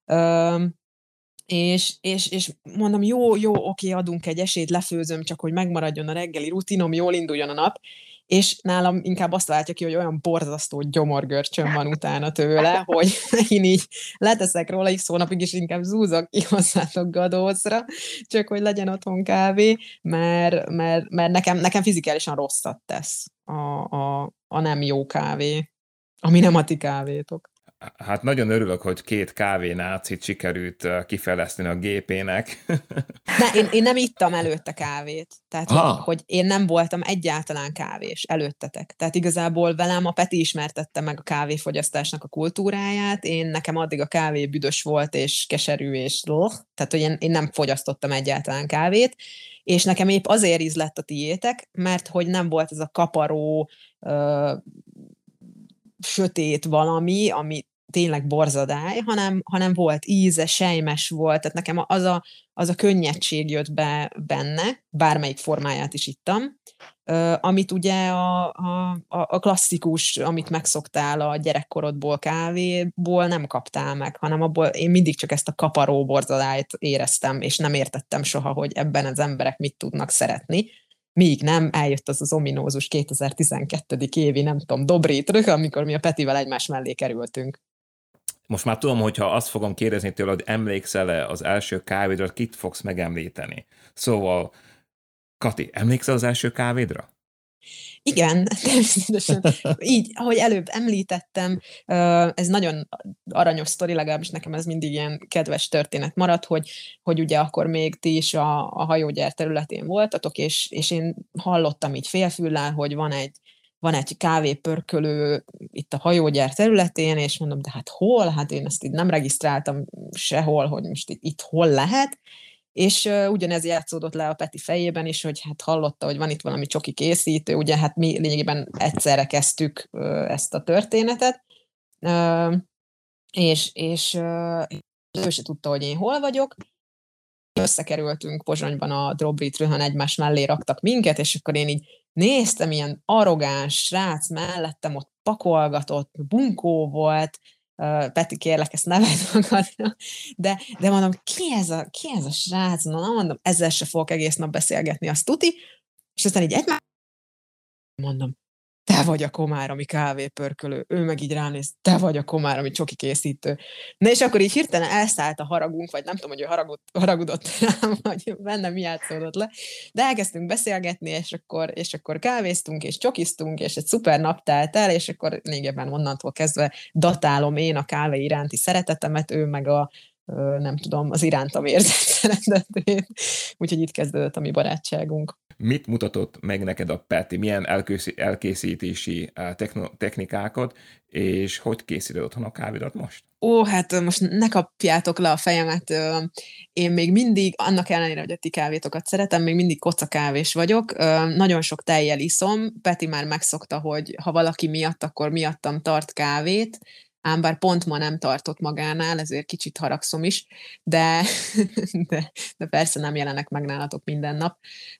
és mondom, jó, oké, adunk egy esélyt, lefőzöm, csak hogy megmaradjon a reggeli rutinom, jól induljon a nap, és nálam inkább azt látja ki, hogy olyan borzasztó gyomorgörcsöm van utána tőle, hogy én így leteszek róla x hónapig, és inkább zúzok ki hozzátok Gadócra, csak hogy legyen otthon kávé, mert nekem fizikálisan rosszat tesz a nem jó kávé, ami nem a ti kávétok. Hát nagyon örülök, hogy 2 kávénácit sikerült kifejleszteni a gépének. Én nem ittam előtte kávét. Tehát, hogy én nem voltam egyáltalán kávés előttetek. Tehát igazából velem a Peti ismertette meg a kávéfogyasztásnak a kultúráját, nekem addig a kávé büdös volt, és keserű, és tehát, hogy én nem fogyasztottam egyáltalán kávét, és nekem épp azért ízlett a tiétek, mert hogy nem volt ez a kaparó, sötét valami, ami tényleg borzadály, hanem volt íze, sejmes volt, tehát nekem az a könnyedség jött be benne, bármelyik formáját is ittam, amit ugye a klasszikus, amit megszoktál a gyerekkorodból, kávéból nem kaptál meg, hanem abból én mindig csak ezt a kaparó borzadályt éreztem, és nem értettem soha, hogy ebben az emberek mit tudnak szeretni. Míg nem, eljött az ominózus 2012. évi, nem tudom, Dobrétrök, amikor mi a Petivel egymás mellé kerültünk. Most már tudom, hogyha azt fogom kérdezni tőle, hogy emlékszel-e az első kávédra, kit fogsz megemlíteni. Szóval, Kati, emlékszel az első kávédra? Igen, természetesen. Így, ahogy előbb említettem, ez nagyon aranyos sztori, legalábbis nekem ez mindig ilyen kedves történet maradt, hogy ugye akkor még ti is a hajógyár területén voltatok, és én hallottam így félfüllel, hogy van egy kávépörkölő itt a hajógyár területén, és mondom, de hát hol? Hát én ezt így nem regisztráltam sehol, hogy most itt hol lehet, és ugyanez játszódott le a Peti fejében is, hogy hát hallotta, hogy van itt valami csoki készítő, ugye hát mi lényegében egyszerre kezdtük ezt a történetet, és ő se tudta, hogy én hol vagyok. Összekerültünk Pozsonyban a Drobrit Röhan, egymás mellé raktak minket, és akkor én így néztem, ilyen arrogáns srác mellettem, ott pakolgatott, bunkó volt, Peti, kérlek, ezt neved magadra, de mondom, ki ez a srác? Na, mondom, ezzel se fogok egész nap beszélgetni, azt tuti, és aztán így mondom, te vagy a komáromi kávépörkölő, ő meg így rám néz, te vagy a komáromi csoki készítő. Na és akkor így hirtelen elszállt a haragunk, vagy nem tudom, hogy ő haragudott rám, vagy bennem mi játszódott le, de elkezdtünk beszélgetni, és akkor kávéztunk, és csokiztunk, és egy szuper nap telt el, és akkor lényegében onnantól kezdve datálom én a kávé iránti szeretetemet, ő meg nem tudom, az irántam érzett szeretetét. Úgyhogy itt kezdődött a mi barátságunk. Mit mutatott meg neked a Peti? Milyen elkészítési technikákat, és hogy készíted otthon a kávédat most? Hát most ne kapjátok le a fejemet. Én még mindig, annak ellenére, hogy a ti kávétokat szeretem, még mindig kocakávés vagyok. Nagyon sok tejjel iszom. Peti már megszokta, hogy ha valaki miatt, akkor miattam tart kávét, ám bár pont ma nem tartott magánál, ezért kicsit haragszom is, de persze nem jelenek meg nálatok minden nap.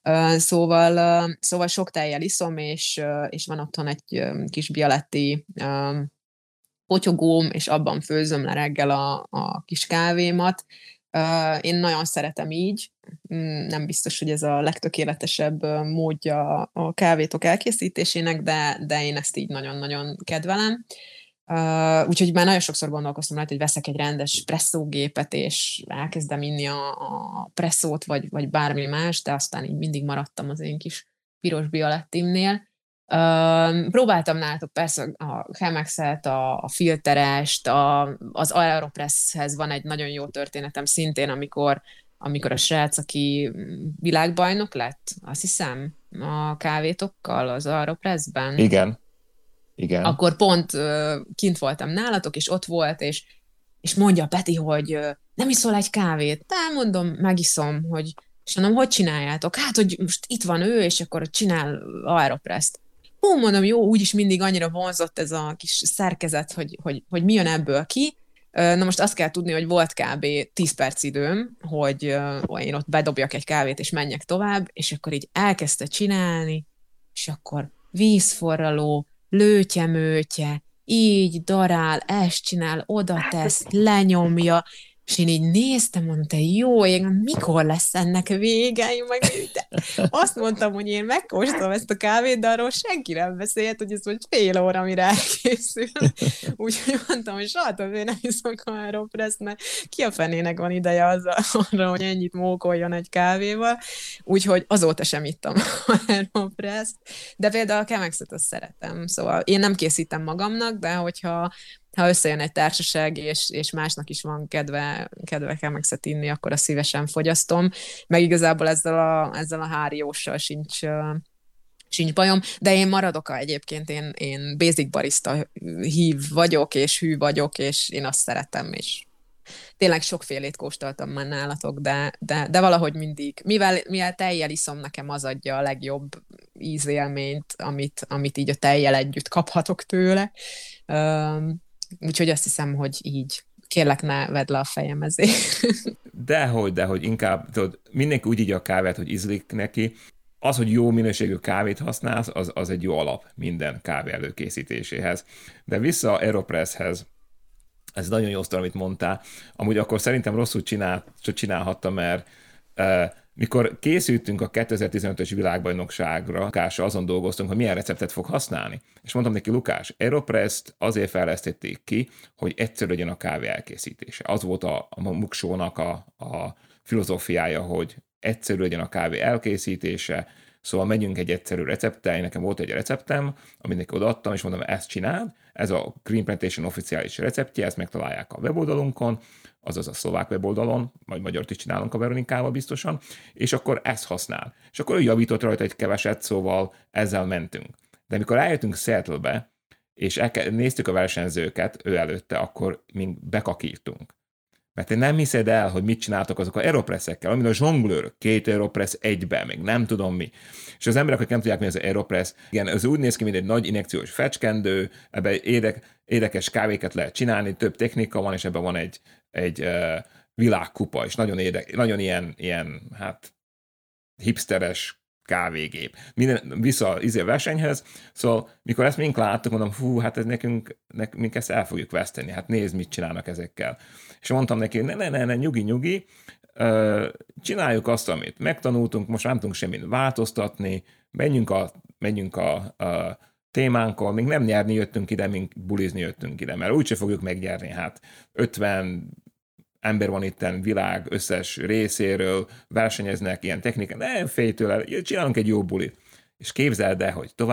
Szóval sok tejjel iszom, és van otthon egy kis Bialetti potyogóm, és abban főzöm le reggel a kis kávémat. Én nagyon szeretem így, nem biztos, hogy ez a legtökéletesebb módja a kávétok elkészítésének, de én ezt így nagyon-nagyon kedvelem. Úgyhogy már nagyon sokszor gondolkoztam rajta, hogy veszek egy rendes presszógépet, és elkezdem inni a presszót, vagy bármi más, de aztán így mindig maradtam az én kis piros Bialettimnél. Próbáltam nálatok persze a Chemexet, a filterest, az Aeropresshez van egy nagyon jó történetem szintén, amikor a srác, aki világbajnok lett, azt hiszem, a kávétokkal az Aeropressben. Igen. Igen. akkor pont kint voltam nálatok, és ott volt, és mondja Peti, hogy nem iszol egy kávét? De mondom, megiszom, és mondom, hogy csináljátok? Hát, hogy most itt van ő, és akkor csinál Aeropress-t. Hú, mondom, jó, úgyis mindig annyira vonzott ez a kis szerkezet, hogy mi jön ebből ki. Na most azt kell tudni, hogy volt kb. 10 perc időm, hogy én ott bedobjak egy kávét, és menjek tovább, és akkor így elkezdte csinálni, és akkor vízforraló, lőtye-mőtye, így darál, ezt csinál, oda tesz, lenyomja, és én így néztem, mondom, te jó ég, mikor lesz ennek vége? Én meg azt mondtam, hogy én megkóstolom ezt a kávét, de arról senki nem beszélt, hogy ez vagy fél óra, mire elkészül. Úgyhogy mondtam, hogy soha többé nem iszok Aeropress, mert ki a fenének van ideje arra, hogy ennyit mókoljon egy kávéval. Úgyhogy azóta sem ittam Aeropress-t, de például a Chemexet azt szeretem. Szóval én nem készítem magamnak, de hogyha összejön egy társaság, és másnak is van kedve Chemexet inni, akkor azt szívesen fogyasztom. Meg igazából ezzel a hárióssal sincs bajom, de én maradok egyébként, én basic barista hív vagyok, és hű vagyok, és én azt szeretem, és tényleg sokfélét kóstoltam már nálatok, de valahogy mindig, mivel tejjel iszom, nekem az adja a legjobb ízélményt, amit így a tejjel együtt kaphatok tőle. Úgyhogy azt hiszem, hogy így kérlek, ne vedd le a fejem ezért. Dehogy, inkább tudod, mindenki úgy így a kávét, hogy ízlik neki. Az, hogy jó minőségű kávét használsz, az egy jó alap minden kávé előkészítéséhez. De vissza Aeropresshez, ez nagyon jó sztori, amit mondtál. Amúgy akkor szerintem rosszul csinálhattam, mert mikor készültünk a 2015-ös világbajnokságra, Lukással azon dolgoztunk, hogy milyen receptet fog használni. És mondtam neki, Lukás, Aeropress-t azért fejlesztették ki, hogy egyszerű legyen a kávé elkészítése. Az volt a muksónak a filozófiája, hogy egyszerű legyen a kávé elkészítése, szóval megyünk egy egyszerű recepttel, nekem volt egy receptem, amit neki odaadtam, és mondom, ezt csináld, ez a Green Plantation oficiális receptje, ezt megtalálják a weboldalunkon, azaz a szlovák weboldalon, majd magyart is csinálunk a Veronikával biztosan, és akkor ezt használ. És akkor ő javított rajta egy keveset, szóval ezzel mentünk. De amikor eljöttünk Seattle-be, és néztük a versenyzőket ő előtte, akkor még bekakírtunk. Mert te nem hiszed el, hogy mit csináltak azok a Aeropressekkel, amint a zsonglőr, 2 Aeropress egybe, még nem tudom mi. És az emberek, akik nem tudják, mi az Aeropress, igen, az úgy néz ki, mint egy nagy injekciós fecskendő, ebben érdekes kávékat lehet csinálni, több technika van, és ebben van egy világkupa, és nagyon ilyen, hát hipsteres kávégép. Vissza a versenyhez, szóval mikor ezt mink láttuk, mondom, hú, hát ez nekünk ezt el fogjuk veszteni, hát nézd, mit csinálnak ezekkel. És mondtam neki, ne, nyugi, csináljuk azt, amit megtanultunk, most nem tudunk semmit változtatni, menjünk a témánkon, még nem nyerni jöttünk ide, még bulizni jöttünk ide, mert úgyse fogjuk megnyerni, hát 50 ember van itten világ összes részéről, versenyeznek ilyen technikán, nem félj tőle, csinálunk egy jó bulit. És képzeld el, hogy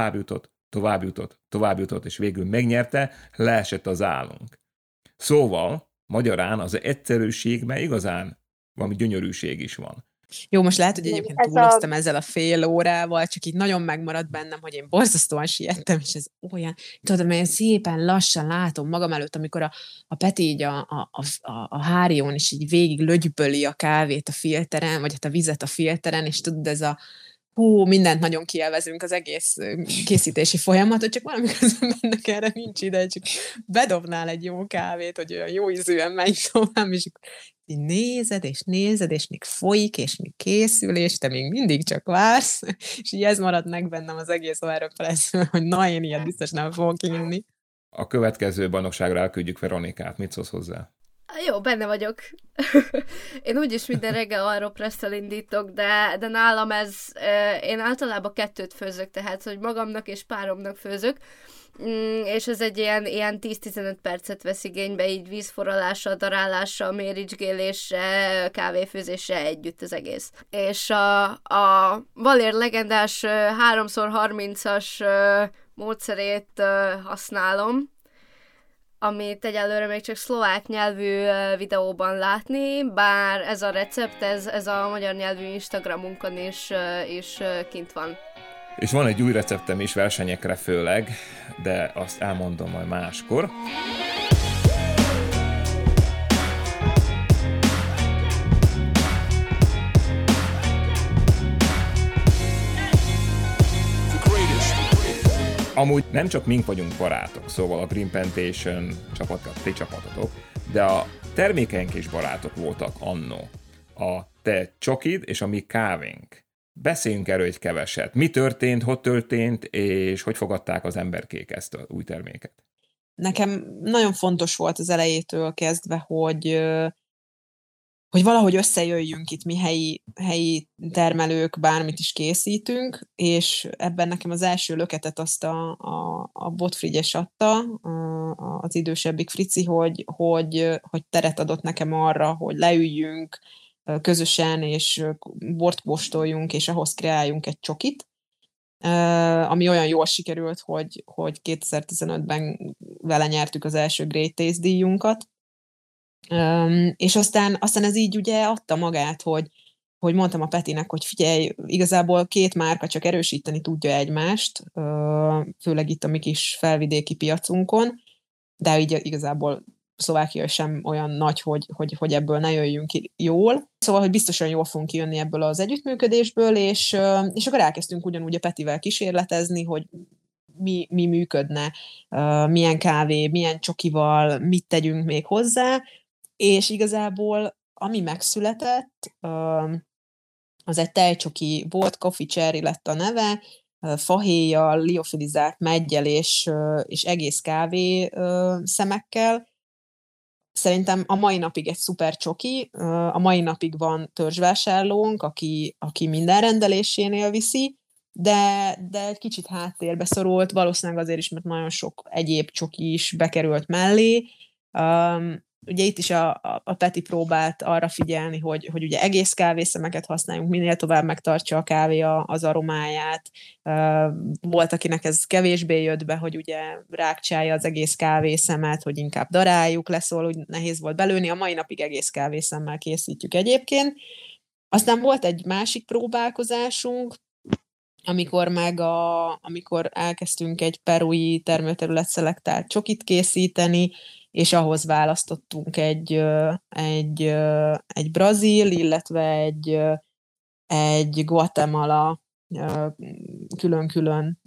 tovább jutott, és végül megnyerte, leesett az állunk. Szóval, magyarán az egyszerűségben igazán valami gyönyörűség is van. Jó, most lehet, hogy egyébként túloztam ezzel a fél órával, csak így nagyon megmaradt bennem, hogy én borzasztóan siettem, és ez olyan, tudom, én szépen lassan látom magam előtt, amikor a Peti így a hárión is így végig lögyböli a kávét a filteren, vagy hát a vizet a filteren, és tudod, ez a mindent nagyon kielvezünk az egész készítési folyamatot, csak valamikor bennek erre nincs ide, csak bedobnál egy jó kávét, hogy olyan jó ízűen menj tovább, és így nézed, és még folyik, és még készül, és te még mindig csak vársz, és így ez marad meg bennem az egész Aeropress, hogy na, én ilyet biztos nem fogok inni. A következő bajnokságra elküldjük Veronikát, mit szólsz hozzá? Jó, benne vagyok. Én úgyis minden reggel Aeropress-tel indítok, de nálam én általában 2 főzök, tehát, hogy magamnak és páromnak főzök, és ez egy ilyen 10-15 percet vesz igénybe, így vízforralással, darálással, méricsigéléssel, kávéfőzéssel együtt az egész. És a Valér legendás 3x30-as módszerét használom, amit egyelőre még csak szlovák nyelvű videóban látni, bár ez a recept, ez a magyar nyelvű Instagramunkon is kint van. És van egy új receptem is versenyekre főleg, de azt elmondom majd máskor. Amúgy nem csak mink vagyunk barátok, szóval a Green Plantation csapatok, ti csapatotok, de a termékeink is barátok voltak annó. A te csokid és a mi kávénk. Beszéljünk erről egy keveset. Mi történt, hogy történt, és hogy fogadták az emberkék ezt az új terméket? Nekem nagyon fontos volt az elejétől kezdve, hogy valahogy összejöjjünk itt mi helyi termelők, bármit is készítünk, és ebben nekem az első löketet azt a Botfrigyes adta, az idősebbik Frici, hogy teret adott nekem arra, hogy leüljünk közösen, és bort kóstoljunk, és ahhoz kreáljunk egy csokit, ami olyan jól sikerült, hogy 2015-ben vele nyertük az első Great Taste díjunkat. És aztán ez így ugye adta magát, hogy mondtam a Petinek, hogy figyelj, igazából két márka csak erősíteni tudja egymást, főleg itt a mi kis felvidéki piacunkon, de így igazából Szlovákia sem olyan nagy, hogy ebből ne jöjjünk jól. Szóval, hogy biztosan jól fogunk kijönni ebből az együttműködésből, és akkor elkezdtünk ugyanúgy a Petivel kísérletezni, hogy mi működne, milyen kávé, milyen csokival, mit tegyünk még hozzá, és igazából ami megszületett, az egy tejcsoki volt, Coffee Cherry lett a neve, fahéjjal, liofilizált meggyel és egész kávé szemekkel. Szerintem a mai napig egy szuper csoki, a mai napig van törzsvásárlónk, aki minden rendelésénél viszi, de egy kicsit háttérbe szorult, valószínűleg azért is, mert nagyon sok egyéb csoki is bekerült mellé. Ugye itt is a Peti próbált arra figyelni, hogy ugye egész kávészemeket használjunk, minél tovább megtartsa a kávé az aromáját. Volt, akinek ez kevésbé jött be, hogy ugye rákcsálja az egész kávészemet, hogy inkább daráljuk le, szóval úgy nehéz volt belőni. A mai napig egész kávészemmel készítjük egyébként. Aztán volt egy másik próbálkozásunk, amikor elkezdtünk egy perui termőterület szelektált csokit készíteni, és ahhoz választottunk egy brazil, illetve egy Guatemala külön-külön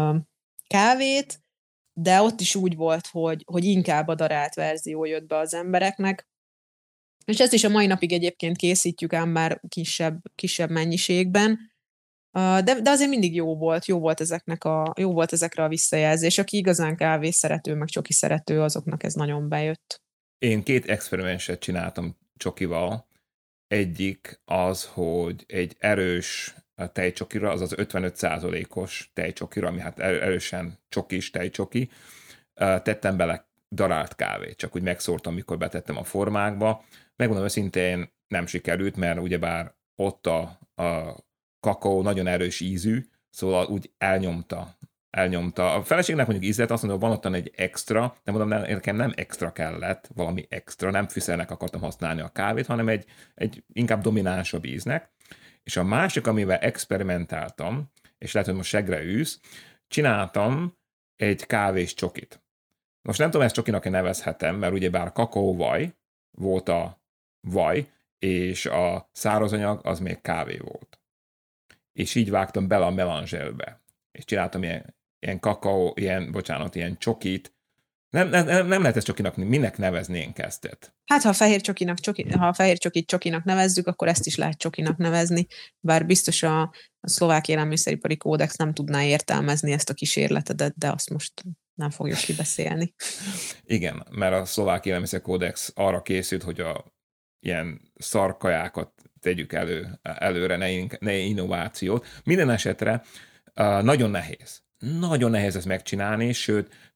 kávét, de ott is úgy volt, hogy inkább a darált verzió jött be az embereknek, és ezt is a mai napig egyébként készítjük, ám bár kisebb mennyiségben, de azért mindig jó volt ezekre a visszajelzés. Aki igazán kávé szerető, meg csoki szerető, azoknak ez nagyon bejött. Én 2 experimenset csináltam csokival. Egyik az, hogy egy erős tejcsokira, azaz 55%-os tejcsokira, ami hát erősen csokis tejcsoki, tettem bele darált kávét, csak úgy megszórtam, mikor betettem a formákba. Megmondom őszintén, nem sikerült, mert ugyebár ott a kakaó nagyon erős ízű, szóval úgy elnyomta. A feleségnek mondjuk ízlet, azt mondom, van ottan egy extra, de mondom, nekem nem extra kellett, valami extra, nem fűszernek akartam használni a kávét, hanem egy inkább dominánsabb íznek. És a másik, amivel experimentáltam, és lehet, hogy most segre űsz, csináltam egy kávés csokit. Most nem tudom, ezt csokinak nevezhetem, mert ugyebár kakaóvaj volt a vaj, és a szárazanyag az még kávé volt. És így vágtam bele a melangelbe. És csináltam ilyen kakaó, ilyen csokit. Nem lehet ezt csokinak, minek neveznénk ezt? Hát, ha a fehér csokit csokinak nevezzük, akkor ezt is lehet csokinak nevezni, bár biztos a szlovák élelmiszeripari kódex nem tudná értelmezni ezt a kísérletet, de azt most nem fogjuk kibeszélni. Igen, mert a szlovák élelmiszerkódex arra készült, hogy ilyen szarkajákat tegyük előre, ne innovációt. Minden esetre nagyon nehéz. Nagyon nehéz ezt megcsinálni, sőt,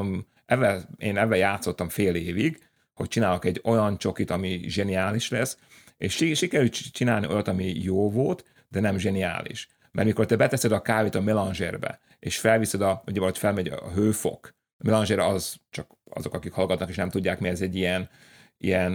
én ebben játszottam fél évig, hogy csinálok egy olyan csokit, ami zseniális lesz, és sikerült csinálni olyat, ami jó volt, de nem zseniális. Mert mikor te beteszed a kávét a melangerbe, és felviszed ugye valahogy felmegy a hőfok, a melanger az, csak azok, akik hallgatnak és nem tudják, mi ez egy ilyen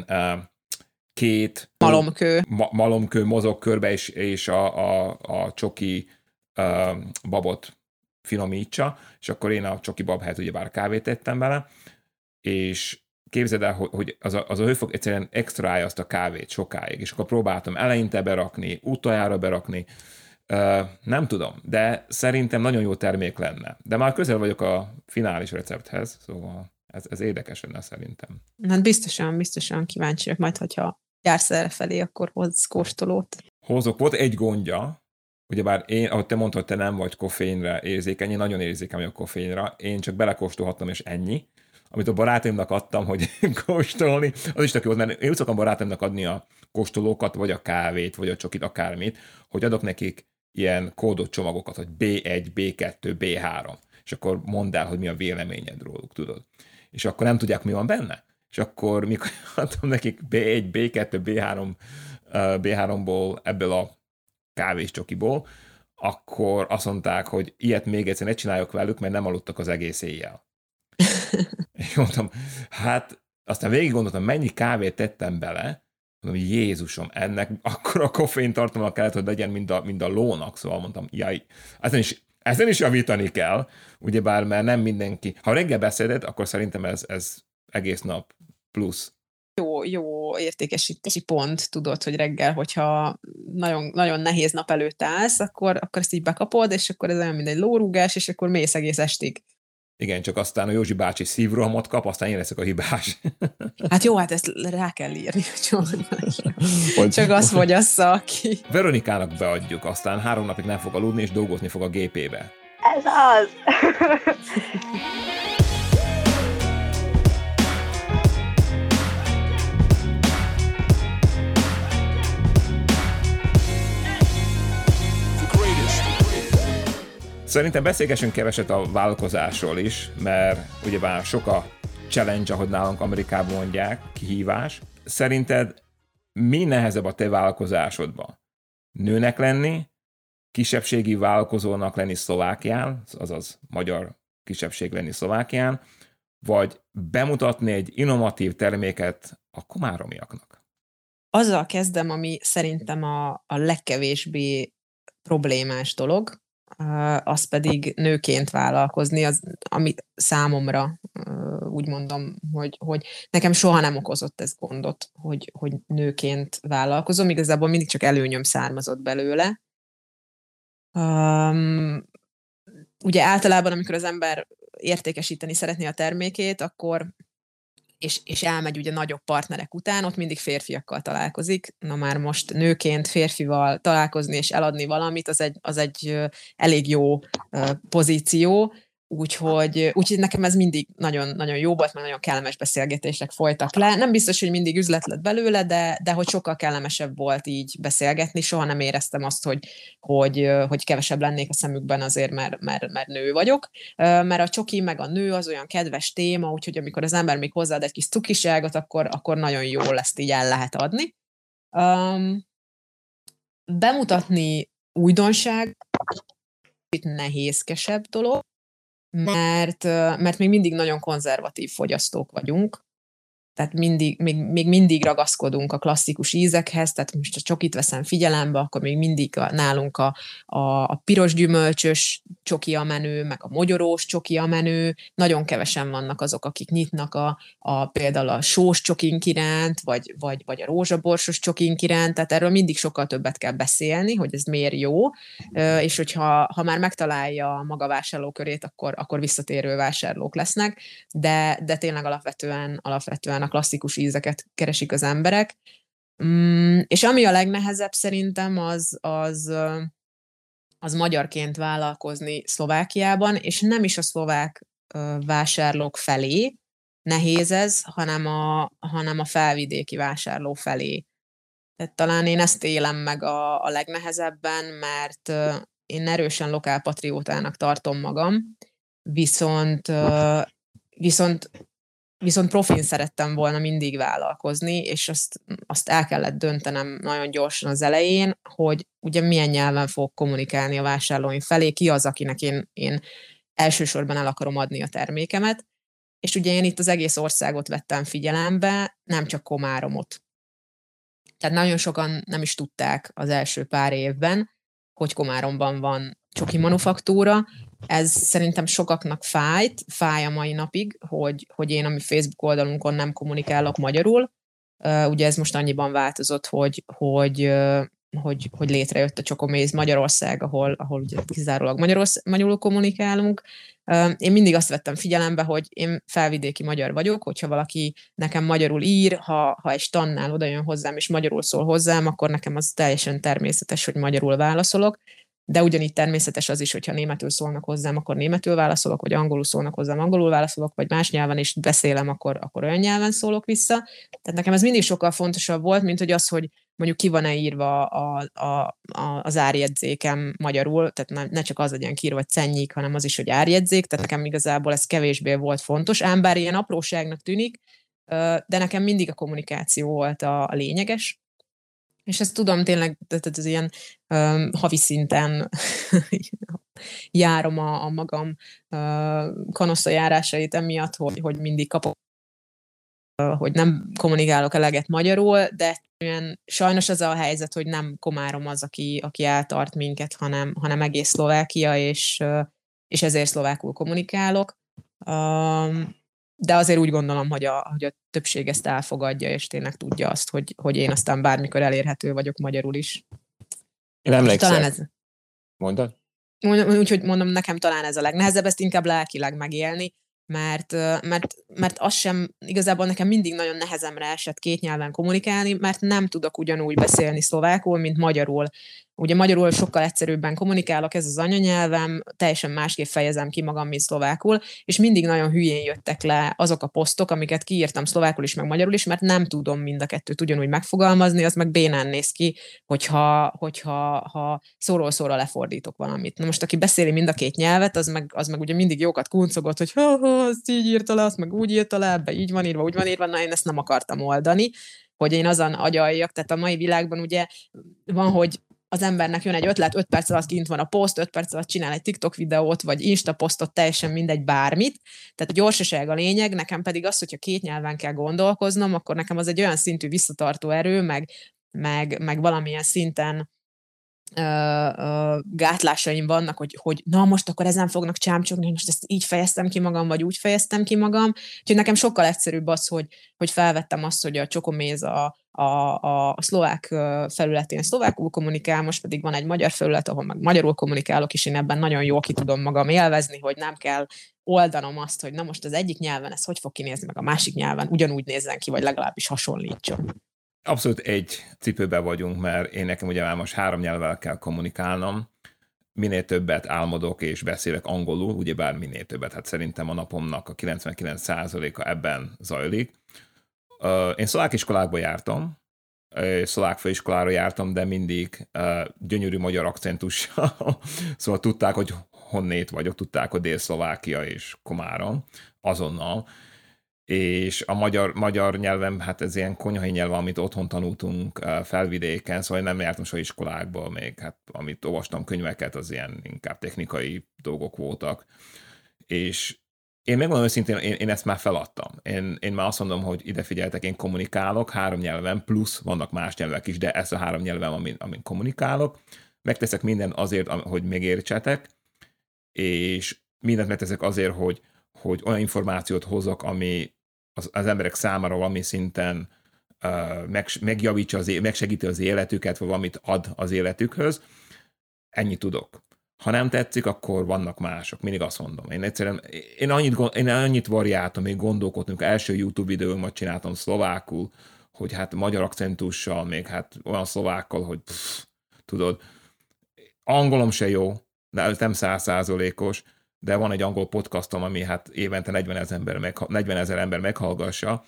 két malomkő mozog körbe, és a csoki babot finomítsa, és akkor én a csoki bab helyett ugyebár kávét tettem bele, és képzeld el, hogy az a hőfok egyszerűen extraálja azt a kávét sokáig, és akkor próbáltam eleinte berakni, utoljára berakni, nem tudom, de szerintem nagyon jó termék lenne. De már közel vagyok a finális recepthez, szóval ez érdekes lenne szerintem. Hát biztosan kíváncsiak, majd hogyha jársz erre felé, akkor hozz kóstolót. Hozok. Volt egy gondja, ugyebár én, ahogy te mondtad, te nem vagy koffeinre érzékeny, én nagyon érzékeny vagyok koffeinra, én csak belekóstolhattam, és ennyi. Amit a barátaimnak adtam, hogy kóstolni, az is tök jó, mert én úgy szoktam barátaimnak adni a kóstolókat, vagy a kávét, vagy a csokit, akármit, hogy adok nekik ilyen kódot csomagokat, hogy B1, B2, B3, és akkor mondd el, hogy mi a véleményed róluk, tudod. És akkor nem tudják, mi van benne. És akkor mikor adtam nekik B1, B2, B3, B3-ból, ebből a kávés csokiból, akkor azt mondták, hogy ilyet még egyszer ne csináljuk velük, mert nem aludtak az egész éjjel. És mondtam, hát aztán végig gondoltam, mennyi kávét tettem bele, mondom, Jézusom, ennek akkor a koffein tartalma kellett, hogy legyen mind a lónak, szóval mondtam, jaj, ezen is javítani kell, ugyebár, mert nem mindenki, ha reggel beszéded, akkor szerintem ez egész nap plusz. Jó értékesítési pont, tudod, hogy reggel, hogyha nagyon, nagyon nehéz nap előtt állsz, akkor ezt így bekapod, és akkor ez olyan, mint egy lórúgás, és akkor mész egész estig. Igen, csak aztán a Józsi bácsi szívrohamot kap, aztán én leszek a hibás. Hát jó, hát ezt rá kell írni, csak azt fogyassza, aki. Veronikának beadjuk, aztán 3 napig nem fog aludni, és dolgozni fog a gépébe. Ez az! Szerintem beszélgessünk keveset a vállalkozásról is, mert ugyebár sok a challenge, ahogy nálunk Amerikában mondják, kihívás. Szerinted mi nehezebb a te vállalkozásodban? Nőnek lenni, kisebbségi vállalkozónak lenni Szlovákián, azaz magyar kisebbség lenni Szlovákián, vagy bemutatni egy innovatív terméket a komáromiaknak? Azzal kezdem, ami szerintem a legkevésbé problémás dolog, az pedig nőként vállalkozni, ami számomra úgy mondom, hogy nekem soha nem okozott ez gondot, hogy nőként vállalkozom, igazából mindig csak előnyöm származott belőle. Ugye általában, amikor az ember értékesíteni szeretné a termékét, akkor és elmegy ugye nagyobb partnerek után, ott mindig férfiakkal találkozik. Na már most nőként férfival találkozni és eladni valamit, az egy elég jó pozíció, úgyhogy nekem ez mindig nagyon, nagyon jó volt, mert nagyon kellemes beszélgetések folytak le. Nem biztos, hogy mindig üzlet lett belőle, de hogy sokkal kellemesebb volt így beszélgetni. Soha nem éreztem azt, hogy kevesebb lennék a szemükben azért, mert nő vagyok. Mert a csoki meg a nő az olyan kedves téma, úgyhogy amikor az ember még hozzáad egy kis cukiságot, akkor nagyon jól ezt így el lehet adni. Bemutatni újdonság, itt nehézkesebb dolog, mert még mindig nagyon konzervatív fogyasztók vagyunk, tehát még mindig ragaszkodunk a klasszikus ízekhez, tehát most ha csokit veszem figyelembe, akkor még mindig nálunk a piros gyümölcsös csoki a menő, meg a mogyorós csoki a menő, nagyon kevesen vannak azok, akik nyitnak például a sós csokink iránt, vagy a rózsaborsos csokink iránt, tehát erről mindig sokkal többet kell beszélni, hogy ez miért jó, és hogyha már megtalálja a maga vásárlókörét, akkor visszatérő vásárlók lesznek, de tényleg alapvetően a klasszikus ízeket keresik az emberek. És ami a legnehezebb szerintem, az magyarként vállalkozni Szlovákiában, és nem is a szlovák vásárlók felé nehéz ez, hanem a felvidéki vásárló felé. Tehát talán én ezt élem meg a legnehezebben, mert én erősen lokálpatriótának tartom magam, viszont profin szerettem volna mindig vállalkozni, és azt el kellett döntenem nagyon gyorsan az elején, hogy ugye milyen nyelven fogok kommunikálni a vásárlóim felé, ki az, akinek én elsősorban el akarom adni a termékemet, és ugye én itt az egész országot vettem figyelembe, nem csak Komáromot. Tehát nagyon sokan nem is tudták az első pár évben, hogy Komáromban van csoki manufaktúra. Ez szerintem sokaknak fáj a mai napig, hogy én a mi Facebook oldalunkon nem kommunikálok magyarul. Ugye ez most annyiban változott, hogy létrejött a Chocomaze Magyarország, ahol ugye kizárólag magyarul kommunikálunk. Én mindig azt vettem figyelembe, hogy én felvidéki magyar vagyok, hogyha valaki nekem magyarul ír, ha egy stannál oda jön hozzám és magyarul szól hozzám, akkor nekem az teljesen természetes, hogy magyarul válaszolok. De ugyanígy természetes az is, hogyha németül szólnak hozzám, akkor németül válaszolok, vagy angolul szólnak hozzám, angolul válaszolok, vagy más nyelven is beszélem, akkor olyan nyelven szólok vissza. Tehát nekem ez mindig sokkal fontosabb volt, mint hogy az, hogy mondjuk ki van-e írva az árjegyzékem magyarul, tehát ne csak az legyen kiírva, hogy Szennyik, hanem az is, hogy árjegyzék, tehát nekem igazából ez kevésbé volt fontos, ám bár ilyen apróságnak tűnik, de nekem mindig a kommunikáció volt a lényeges. És ezt tudom tényleg, tehát ez ilyen havi szinten járom a magam kanossza járásait emiatt, hogy mindig kapok, hogy nem kommunikálok eleget magyarul, de sajnos az a helyzet, hogy nem Komárom az, aki eltart minket, hanem egész Szlovákia, és ezért szlovákul kommunikálok. De azért úgy gondolom, hogy a többség ezt elfogadja, és tényleg tudja azt, hogy én aztán bármikor elérhető vagyok magyarul is. Én emlékszem. Talán ez... Mondod? Úgyhogy mondom, nekem talán ez a legnehezebb, ezt inkább lelkileg megélni, mert az sem, igazából nekem mindig nagyon nehezemre esett két nyelven kommunikálni, mert nem tudok ugyanúgy beszélni szlovákul, mint magyarul. Ugye magyarul sokkal egyszerűbben kommunikálok, ez az anyanyelvem, teljesen másképp fejezem ki magam, mint szlovákul, és mindig nagyon hülyén jöttek le azok a posztok, amiket kiírtam szlovákul is, meg magyarul is, mert nem tudom mind a kettőt ugyanúgy megfogalmazni, az meg bénán néz ki, hogyha szóról szóra lefordítok valamit. Na most, aki beszéli mind a két nyelvet, az meg ugye mindig jókat kuncogott, hogy azt így írta le, azt meg úgy írta le, ebbe így van írva, úgy van írva, na én ezt nem akartam oldani, hogy én azon agyaljak, tehát a mai világban ugye van, hogy az embernek jön egy ötlet, 5 perc alatt kint van a poszt, 5 perc alatt csinál egy TikTok videót, vagy Insta posztot, teljesen mindegy bármit. Tehát a gyorsaság a lényeg, nekem pedig az, hogyha két nyelven kell gondolkoznom, akkor nekem az egy olyan szintű visszatartó erő, meg valamilyen szinten gátlásaim vannak, hogy na most akkor ezen fognak csámcsogni, most ezt így fejeztem ki magam, vagy úgy fejeztem ki magam. Úgyhogy nekem sokkal egyszerűbb az, hogy felvettem azt, hogy a Chocomaze a szlovák felületén szlovákul kommunikál, most pedig van egy magyar felület, ahol meg magyarul kommunikálok, és én ebben nagyon jól ki tudom magam élvezni, hogy nem kell oldanom azt, hogy na most az egyik nyelven ez hogy fog kinézni, meg a másik nyelven ugyanúgy nézzen ki, vagy legalábbis hasonlítson. Abszolút egy cipőben vagyunk, mert én nekem ugye már most 3 nyelvvel kell kommunikálnom, minél többet álmodok és beszélek angolul, ugyebár minél többet, hát szerintem a napomnak a 99%-a ebben zajlik. Én szlovák iskolákba jártam, szlovák főiskolára jártam, de mindig gyönyörű magyar akcentussal, szóval tudták, hogy honnét vagyok, tudták, hogy Dél-Szlovákia és Komárom azonnal, és a magyar nyelvem, hát ez ilyen konyhai nyelv, amit otthon tanultunk felvidéken, szóval én nem jártam soha iskolákba, még hát amit olvastam könyveket, az ilyen inkább technikai dolgok voltak, és én megmondom őszintén, én ezt már feladtam. Én már azt mondom, hogy ide figyeltek, én kommunikálok 3 nyelven, plusz vannak más nyelvek is, de ez a 3 nyelven, amin kommunikálok. Megteszek mindent azért, hogy megértsetek, és mindent megteszek azért, hogy olyan információt hozok, ami az emberek számára valami szinten megjavítsa, megsegíti az életüket, vagy valamit ad az életükhöz. Ennyit tudok. Ha nem tetszik, akkor vannak mások. Mindig azt mondom. Én annyit variáltam, még gondolkodtam, első YouTube videómat csináltam szlovákul, hogy hát magyar akcentussal, még hát olyan szlovákkal, hogy tudod, angolom se jó, de ez nem 100%-os, de van egy angol podcastom, ami hát évente 40 000 ember meghallgassa.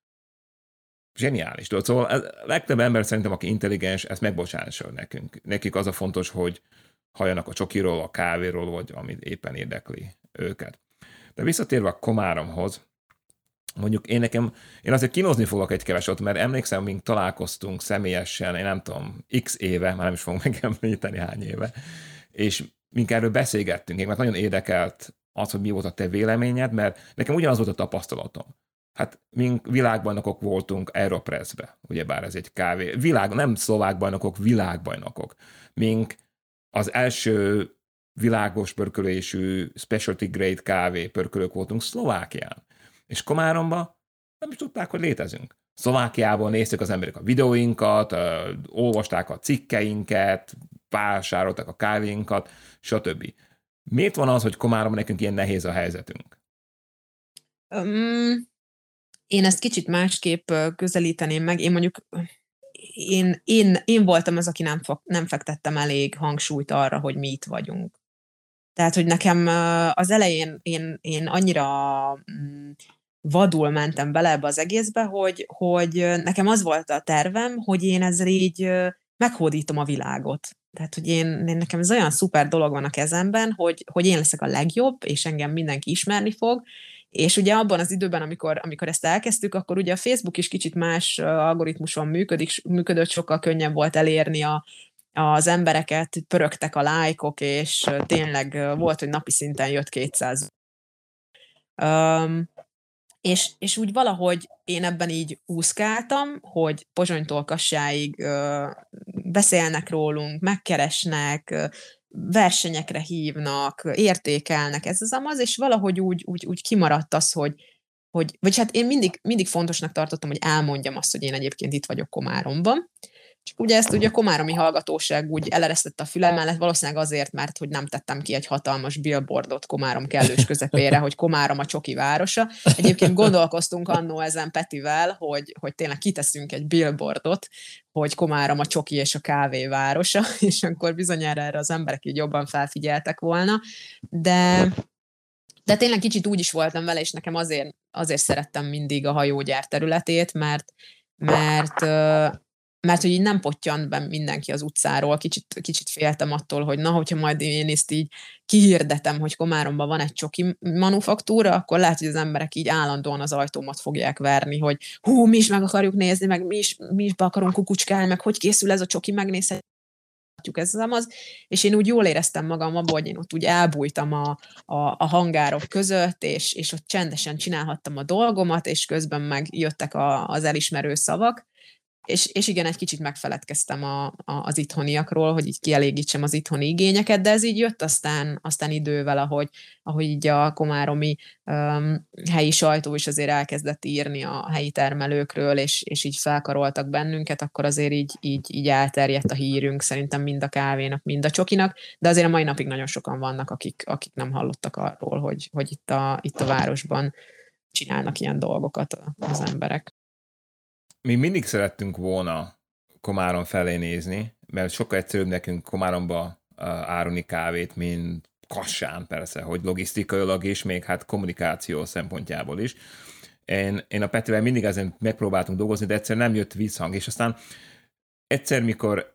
Zseniális. Szóval a legtöbb ember szerintem, aki intelligens, ezt megbocsássa nekünk. Nekik az a fontos, hogy halljanak a csokiról, a kávéról, vagy amit éppen érdekli őket. De visszatérve a Komáromhoz, mondjuk én azért kínozni fogok egy keveset, mert emlékszem, mink találkoztunk személyesen, én nem tudom, x éve, már nem is fogom megemlíteni hány éve, és mink erről beszélgettünk, mert nagyon érdekelt az, hogy mi volt a te véleményed, mert nekem ugyanaz volt a tapasztalatom. Hát mink világbajnokok voltunk Aeropressbe, ugyebár ez egy nem szlovák bajnokok, világbajnokok. Mink az első világos pörkölésű specialty grade kávé pörkölők voltunk Szlovákián. És Komáromban nem is tudták, hogy létezünk. Szlovákiában nézték az emberek a videóinkat, olvasták a cikkeinket, vásároltak a kávéinkat, stb. Miért van az, hogy Komáromban nekünk ilyen nehéz a helyzetünk? Én ezt kicsit másképp közelíteném meg. Én mondjuk én voltam az, aki nem fektettem elég hangsúlyt arra, hogy mi itt vagyunk. Tehát, hogy nekem az elején én annyira vadul mentem bele ebbe az egészbe, hogy nekem az volt a tervem, hogy én ezzel így meghódítom a világot. Tehát, hogy nekem ez olyan szuper dolog van a kezemben, hogy én leszek a legjobb, és engem mindenki ismerni fog, és ugye abban az időben, amikor ezt elkezdtük, akkor ugye a Facebook is kicsit más algoritmuson működött, sokkal könnyebb volt elérni az embereket, pörögtek a lájkok, és tényleg volt, hogy napi szinten jött 200. És úgy valahogy én ebben így úszkáltam, hogy Pozsonytól Kassáig beszélnek rólunk, megkeresnek, versenyekre hívnak, értékelnek, ez az amaz, és valahogy úgy kimaradt az, vagy hát én mindig fontosnak tartottam, hogy elmondjam azt, hogy én egyébként itt vagyok Komáromban. Csak ugye ezt ugye a komáromi hallgatóság úgy eleresztette a fülem mellett, valószínűleg azért, mert hogy nem tettem ki egy hatalmas billboardot Komárom kellős közepére, hogy Komárom a csoki városa. Egyébként gondolkoztunk annó ezen Petivel, hogy tényleg kiteszünk egy billboardot, hogy Komárom a csoki és a kávé városa, és akkor bizonyára erre az emberek így jobban felfigyeltek volna. De tényleg kicsit úgy is voltam vele, és nekem azért szerettem mindig a hajógyár területét, mert hogy így nem pottyant be mindenki az utcáról, kicsit féltem attól, hogy hogyha majd én ezt így kihirdetem, hogy Komáromban van egy csoki manufaktúra, akkor lehet, hogy az emberek így állandóan az ajtómat fogják verni, hogy mi is meg akarjuk nézni, meg mi is be akarunk kukucskálni, meg hogy készül ez a csoki, megnézhetjük ez az, és én úgy jól éreztem magam abban, hogy én ott úgy elbújtam a hangárok között, és ott csendesen csinálhattam a dolgomat, és közben meg jöttek az elismerő szavak, és igen, egy kicsit megfeledkeztem az itthoniakról, hogy így kielégítsem az itthoni igényeket, de ez így jött aztán idővel, ahogy így a komáromi helyi sajtó is azért elkezdett írni a helyi termelőkről, és így felkaroltak bennünket, akkor azért így elterjedt a hírünk, szerintem mind a kávénak, mind a csokinak, de azért a mai napig nagyon sokan vannak, akik nem hallottak arról, hogy itt a városban csinálnak ilyen dolgokat az emberek. Mi mindig szerettünk volna Komárom felé nézni, mert sokkal egyszerűbb nekünk Komáromba árulni kávét, mint Kassán persze, hogy logisztikailag is, még hát kommunikáció szempontjából is. Én a Petivel mindig ezen megpróbáltunk dolgozni, de egyszer nem jött visszhang, és aztán egyszer, mikor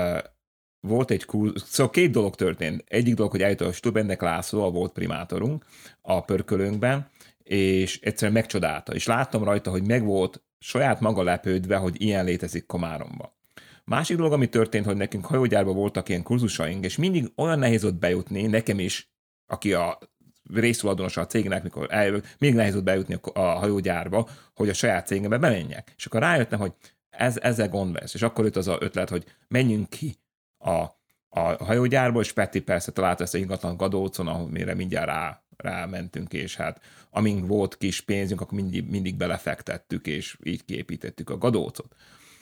volt egy szóval két dolog történt. Egyik dolog, hogy eljutott a Stubendek László, a volt primátorunk a pörkölőnkben, és egyszerűen megcsodálta, és láttam rajta, hogy megvolt saját maga lepődve, hogy ilyen létezik Komáromba. Másik dolog, ami történt, hogy nekünk hajógyárban voltak ilyen kurzusaink, és mindig olyan nehéz ott bejutni, nekem is, aki a résztulajdonosa a cégnek, mikor eljövök, még nehéz ott bejutni a hajógyárba, hogy a saját cégembe bemenjek. És akkor rájöttem, hogy ezzel gond lesz. És akkor jött az az ötlet, hogy menjünk ki a hajógyárba, és Peti persze találta ezt a ingatlan Gadócon, amire mindjárt rámentünk, és hát amink volt kis pénzünk, akkor mindig belefektettük, és így kiépítettük a Gadócot.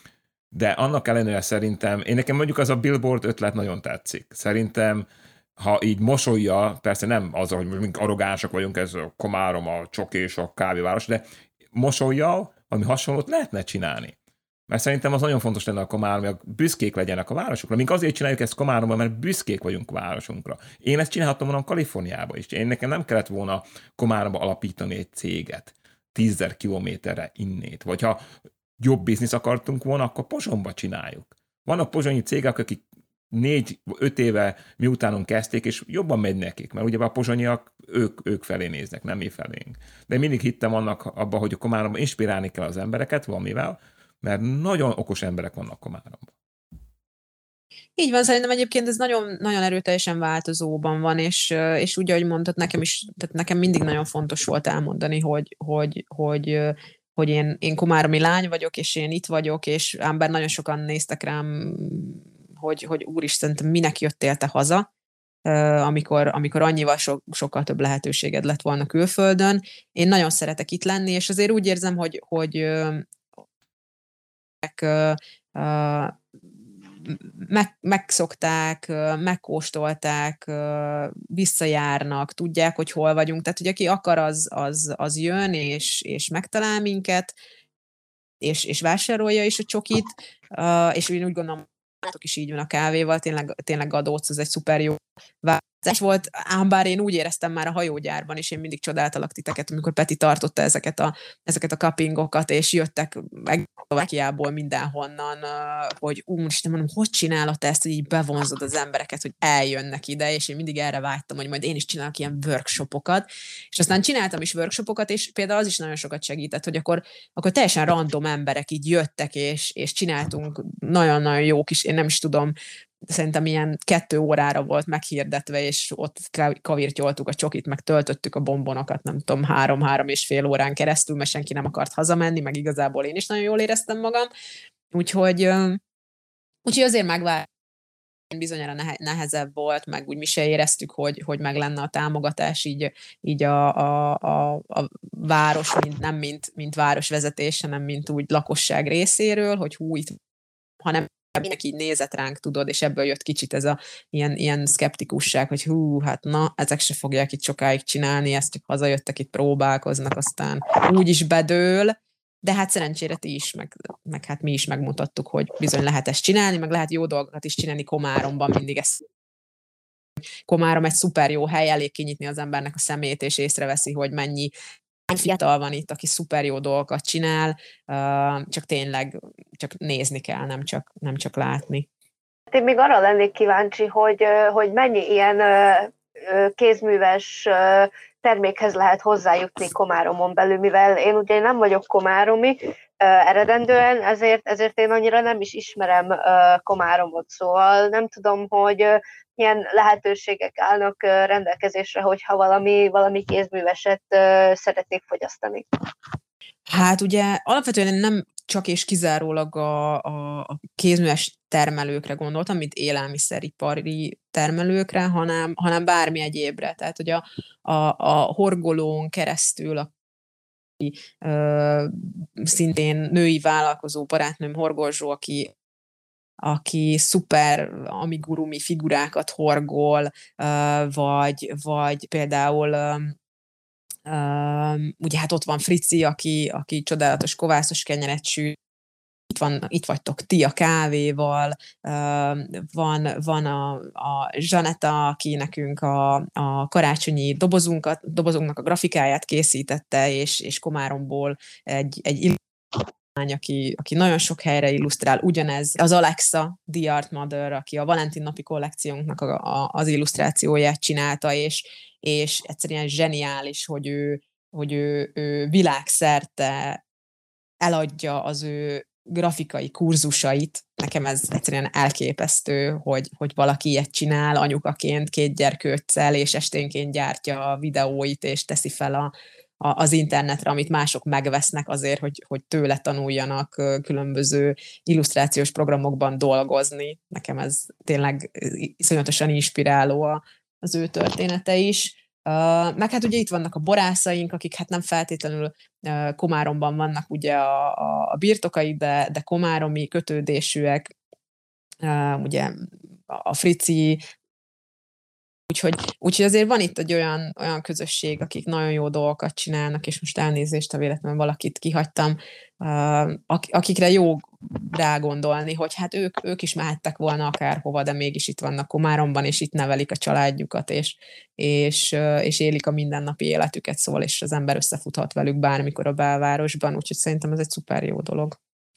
De annak ellenére szerintem, nekem mondjuk az a billboard ötlet nagyon tetszik. Szerintem, ha így mosolya, persze nem az, hogy mink arrogánsak vagyunk, ez a Komárom, a csoki és a kávéváros, de mosolya, ami hasonlót lehetne csinálni. Mert szerintem az nagyon fontos lenne a Komárom, hogy büszkék legyenek a városokra. Mink azért csináljuk ezt Komáromban, mert büszkék vagyunk a városunkra. Én ezt csinálhattam volna Kaliforniában is. Nekem nem kellett volna Komáromba alapítani egy céget 10 000 kilométerre innét. Vagy ha jobb biznisz akartunk volna, akkor Pozsonyba csináljuk. Vannak pozsonyi cégek, akik 4-5 éve miutánunk kezdték, és jobban megy nekik, mert ugye a pozsonyiak ők felé néznek, nem mi felénk. De mindig hittem abban, hogy a Komáromban inspirálni kell az embereket valamivel, mert nagyon okos emberek vannak Komáromban. Így van, szerintem egyébként ez nagyon, nagyon erőteljesen változóban van, és úgy, ahogy mondtad, nekem mindig nagyon fontos volt elmondani, hogy én komáromi lány vagyok, és én itt vagyok, és ember nagyon sokan néztek rám, hogy úristen, minek jöttél te haza? amikor annyival sokkal több lehetőséged lett volna külföldön. Én nagyon szeretek itt lenni, és azért úgy érzem, hogy megszokták, megkóstolták, visszajárnak, tudják, hogy hol vagyunk. Tehát, hogy aki akar, az jön, és megtalál minket, és vásárolja is a csokit, és én úgy gondolom, nálatok is így van a kávéval, tényleg Gadóc, az egy szuper jó választás volt, ám bár én úgy éreztem már a hajógyárban, és én mindig csodáltalak titeket, amikor Peti tartotta ezeket a cuppingokat, és jöttek meg Szlovákiából mindenhonnan, hogy Úristen, mondom, hogy csinálod ezt, hogy így bevonzod az embereket, hogy eljönnek ide, és én mindig erre vágytam, hogy majd én is csinálok ilyen workshopokat, és aztán csináltam is workshopokat, és például az is nagyon sokat segített, hogy akkor teljesen random emberek így jöttek, és csináltunk nagyon-nagyon jó kis, én nem is tudom, szerintem ilyen 2 órára volt meghirdetve, és ott kavirtyoltuk a csokit, meg töltöttük a bombonokat, nem tudom, 3-3,5 órán keresztül, mert senki nem akart hazamenni, meg igazából én is nagyon jól éreztem magam. Úgyhogy azért megvártam, bizonyára nehezebb volt, meg úgy mi se éreztük, hogy meg lenne a támogatás így a város, nem mint városvezetés, hanem mint úgy lakosság részéről, hogy itt, hanem mindenki így nézett ránk, tudod, és ebből jött kicsit ez a ilyen szkeptikusság, hogy hát na, ezek se fogják itt sokáig csinálni, ezt csak hazajöttek, itt próbálkoznak, aztán úgy is bedől, de hát szerencsére ti is, meg hát mi is megmutattuk, hogy bizony lehet ezt csinálni, meg lehet jó dolgokat is csinálni Komáromban, mindig ezt. Komárom egy szuper jó hely, elég kinyitni az embernek a szemét, és észreveszi, hogy mennyi fiatal van itt, aki szuper jó dolgokat csinál, csak tényleg csak nézni kell, nem csak látni. Én még arra lennék kíváncsi, hogy mennyi ilyen kézműves termékhez lehet hozzájutni Komáromon belül, mivel én ugye nem vagyok komáromi eredendően, ezért én annyira nem is ismerem Komáromot, szóval nem tudom, hogy milyen lehetőségek állnak rendelkezésre, hogyha valami kézműveset szeretnék fogyasztani. Hát ugye alapvetően nem csak és kizárólag a kézműves termelőkre gondoltam, mint élelmiszeripari termelőkre, hanem bármi egyébre. Tehát, hogy a horgolón keresztül, szintén női vállalkozó barátnőm Horgolzsó, aki szuper amigurumi figurákat horgol, vagy például ugye hát ott van Frici, aki csodálatos kovászos kenyeret süt, itt vagytok ti a kávéval, van a Zsaneta, aki nekünk a karácsonyi dobozunknak a grafikáját készítette, és Komáromból egy aki nagyon sok helyre illusztrál, ugyanez az Alexa, The Art Mother, aki a Valentin napi kollekciónknak az illusztrációját csinálta, és egyszerűen zseniális, hogy ő világszerte eladja az ő grafikai kurzusait. Nekem ez egyszerűen elképesztő, hogy valaki ilyet csinál anyukaként 2 gyerkőccel, és esténként gyártja a videóit, és teszi fel az internetre, amit mások megvesznek azért, hogy tőle tanuljanak különböző illusztrációs programokban dolgozni. Nekem ez tényleg iszonyatosan inspiráló az ő története is. Meg hát ugye itt vannak a borászaink, akik hát nem feltétlenül Komáromban vannak ugye a birtokai, de komáromi kötődésűek, ugye a Frici, úgyhogy azért van itt egy olyan közösség, akik nagyon jó dolgokat csinálnak, és most elnézést, ha véletlenül valakit kihagytam, akikre jó rágondolni, hogy hát ők is mehettek volna akárhova, de mégis itt vannak Komáromban, és itt nevelik a családjukat, és élik a mindennapi életüket, szóval, és az ember összefuthat velük bármikor a belvárosban, úgyhogy szerintem ez egy szuper jó dolog.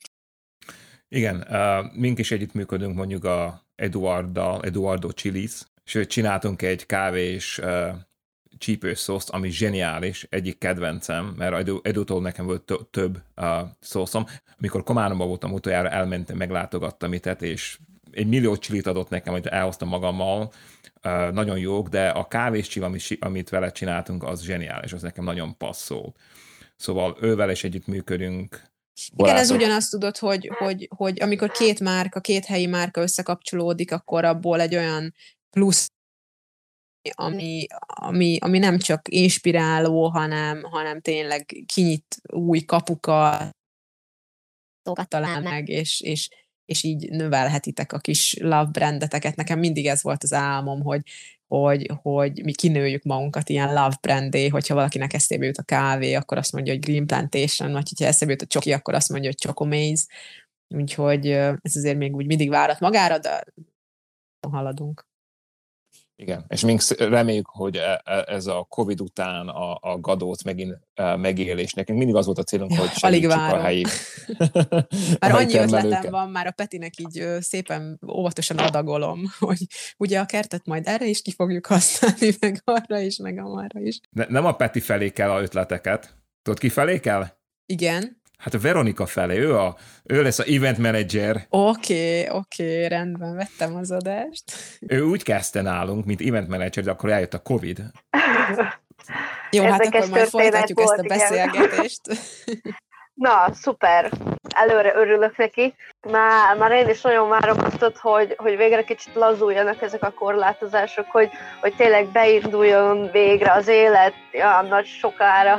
Igen, mink is együttműködünk mondjuk a Eduardo Chilis, és csináltunk egy kávés csípős szószt, ami zseniális, egyik kedvencem, mert Edutól nekem volt több szószom. Amikor Komáromban voltam utoljára, elmentem, meglátogattam itt, és 1 millió csilit adott nekem, hogy elhoztam magammal, nagyon jók, de a kávés csili, amit vele csináltunk, az zseniális, az nekem nagyon passzol. Szóval ővel is együttműködünk. Igen, ez ugyanazt tudod, hogy amikor 2 helyi márka összekapcsolódik, akkor abból egy olyan plusz ami nem csak inspiráló, hanem tényleg kinyit új kapukat, talál meg, és így növelhetitek a kis love brandeteket. Nekem mindig ez volt az álmom, hogy mi kinőjük magunkat ilyen love brandé, hogyha valakinek eszébe jut a kávé, akkor azt mondja, hogy Green Plantation, vagy hogyha eszébe jut a csoki, akkor azt mondja, hogy Choco Maze. Úgyhogy ez azért még úgy mindig várat magára, de haladunk. Igen, és még reméljük, hogy ez a Covid után a Gadóc megint megélés. Nekünk mindig az volt a célunk, hogy segítsük a helyi Már annyi ötletem van, már a Petinek így szépen óvatosan adagolom, hogy ugye a kertet majd erre is ki fogjuk használni, meg arra is, meg amarra is. Nem a Peti felé kell a ötleteket. Tudod, ki felé kell? Igen. Hát a Veronika felé, ő lesz a event manager. Oké, rendben, vettem az adást. Ő úgy kezdte nálunk, mint event manager, de akkor eljött a Covid. Jó, hát akkor majd folytatjuk ezt a beszélgetést. Na, szuper. Előre örülök neki. Már én is nagyon várom azt, hogy végre kicsit lazuljanak ezek a korlátozások, hogy tényleg beinduljon végre az élet olyan nagy sokára.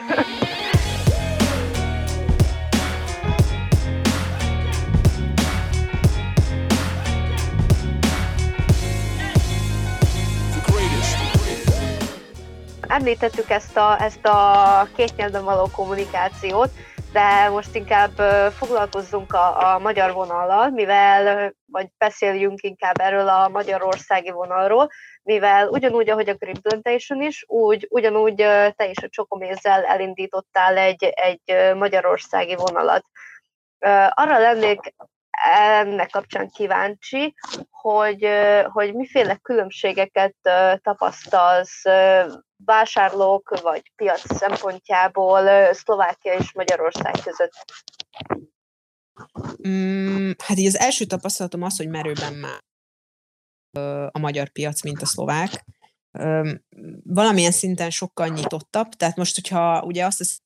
Említettük ezt a két nyelven való kommunikációt, de most inkább foglalkozzunk a magyar vonallal, vagy beszéljünk inkább erről a magyarországi vonalról, mivel ugyanúgy, ahogy a Green Plantation is, ugyanúgy te is a Choco Maze-zel elindítottál egy magyarországi vonalat. Arra lennék ennek kapcsán kíváncsi, hogy miféle különbségeket tapasztalsz vásárlók vagy piac szempontjából Szlovákia és Magyarország között? Hát így az első tapasztalatom az, hogy merőben már a magyar piac, mint a szlovák. Valamilyen szinten sokkal nyitottabb, tehát most, hogyha ugye azt hiszem,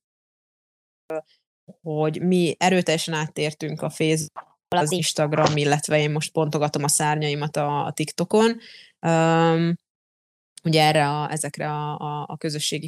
hogy mi erőteljesen áttértünk a Facebook, az Instagram, illetve én most pontogatom a szárnyaimat a TikTokon, ugye ezekre a közösségi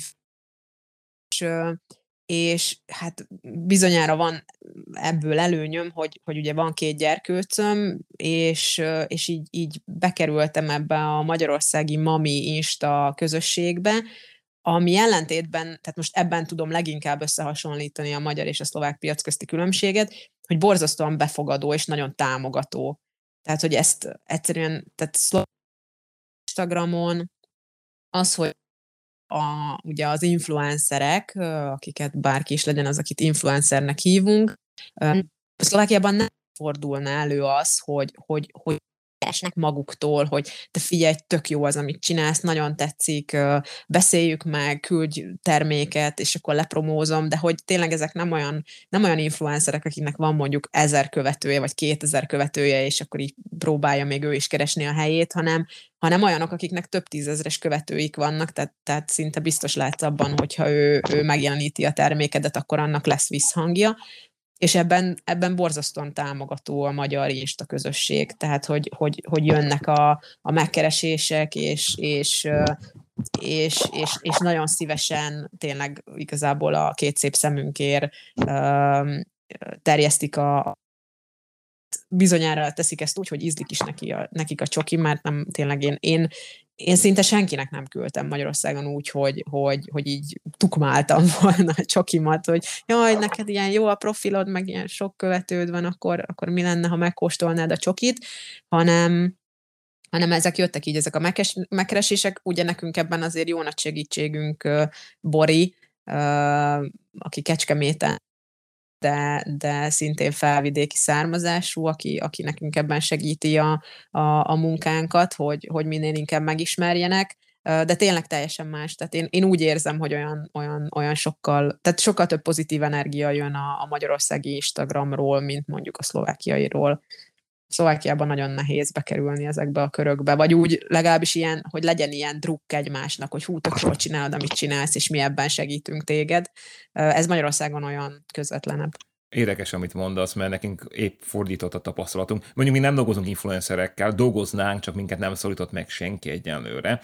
és hát bizonyára van ebből előnyöm, hogy ugye van 2 gyerkőcöm, és így bekerültem ebbe a magyarországi mami Insta közösségbe, ami ellentétben, tehát most ebben tudom leginkább összehasonlítani a magyar és a szlovák piac közti különbséget, hogy borzasztóan befogadó és nagyon támogató. Tehát, hogy ezt egyszerűen, tehát Instagramon az, hogy ugye az influencerek, akiket bárki is legyen az, akit influencernek hívunk, Szlovákiában nem fordulna elő az, hogy esnek maguktól, hogy te figyelj, tök jó az, amit csinálsz, nagyon tetszik, beszéljük meg, küldj terméket, és akkor lepromózom, de hogy tényleg ezek nem olyan influencerek, akiknek van mondjuk 1000 követője, vagy 2000 követője, és akkor így próbálja még ő is keresni a helyét, hanem olyanok, akiknek több tízezres követőik vannak, tehát szinte biztos lehetsz abban, hogyha ő megjeleníti a termékedet, akkor annak lesz visszhangja. És ebben borzasztóan támogató a magyar Insta közösség, tehát hogy jönnek a megkeresések, és nagyon szívesen tényleg igazából a 2 szép szemünkért terjesztik bizonyára teszik ezt úgy, hogy ízlik is nekik a csoki, mert nem tényleg én szinte senkinek nem küldtem Magyarországon úgy, hogy így tukmáltam volna a csokimat, hogy jaj, neked ilyen jó a profilod, meg ilyen sok követőd van, akkor mi lenne, ha megkóstolnád a csokit, hanem ezek jöttek így, ezek a megkeresések, ugye nekünk ebben azért jó nagy segítségünk Bori, aki Kecskeméten, de szintén felvidéki származású, aki nekünk ebben segíti a munkánkat, hogy minél inkább megismerjenek, de tényleg teljesen más. Tehát én úgy érzem, hogy olyan sokkal több pozitív energia jön a magyarországi Instagramról, mint mondjuk a szlovákiairól. Szlovákiában nagyon nehéz bekerülni ezekbe a körökbe, vagy úgy legalábbis ilyen, hogy legyen ilyen drukk egymásnak, hogy hú, tök jól csinálod, amit csinálsz, és mi ebben segítünk téged. Ez Magyarországon olyan közvetlenebb. Érdekes, amit mondasz, mert nekünk épp fordított a tapasztalatunk. Mondjuk mi nem dolgozunk influencerekkel, dolgoznánk, csak minket nem szólított meg senki egyenlőre.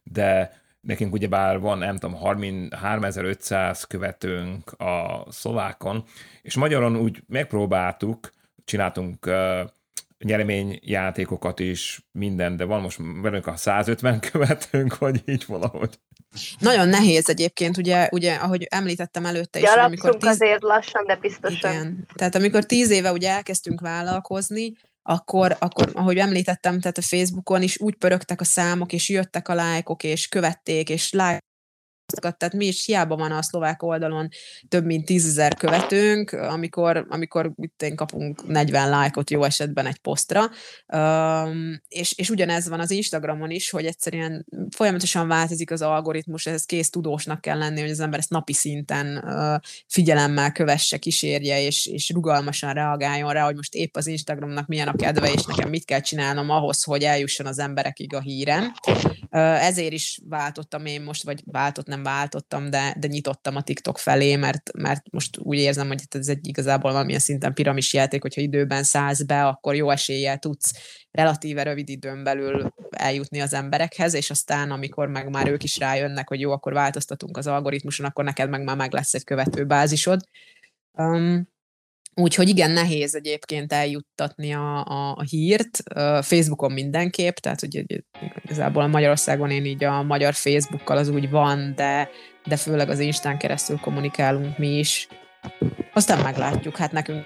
de nekünk ugyebár van, nem tudom, 3500 követőnk a szlovákon, és magyaron úgy megpróbáltuk, csináltunk nyereményjátékokat is, minden, de van most velünk a 150 követőnk, vagy így valahogy. Nagyon nehéz egyébként, ugye ahogy említettem előtte is. Gyarapszunk azért lassan, de biztosan. Igen. Tehát amikor 10 éve ugye elkezdtünk vállalkozni, akkor, ahogy említettem, tehát a Facebookon is úgy pörögtek a számok, és jöttek a lájkok, és követték, és tehát mi is hiába van a szlovák oldalon több mint 10 000 követőnk, amikor kapunk 40 lájkot jó esetben egy posztra, és ugyanez van az Instagramon is, hogy egyszerűen folyamatosan változik az algoritmus, ehhez kész tudósnak kell lenni, hogy az ember ezt napi szinten figyelemmel kövesse, kísérje, és rugalmasan reagáljon rá, hogy most épp az Instagramnak milyen a kedve, és nekem mit kell csinálnom ahhoz, hogy eljusson az emberekig a hírem. Ezért is váltottam én most, vagy nem váltottam, de nyitottam a TikTok felé, mert most úgy érzem, hogy ez egy igazából valamilyen szinten piramis játék, hogyha időben szállsz be, akkor jó eséllyel tudsz relatíve rövid időn belül eljutni az emberekhez, és aztán, amikor meg már ők is rájönnek, hogy jó, akkor változtatunk az algoritmuson, akkor neked meg lesz egy követőbázisod. Úgyhogy igen, nehéz egyébként eljuttatni a hírt. Facebookon mindenképp, tehát ugye igazából Magyarországon én így a magyar Facebookkal az úgy van, de főleg az Instán keresztül kommunikálunk mi is. Aztán meglátjuk, hát nekünk.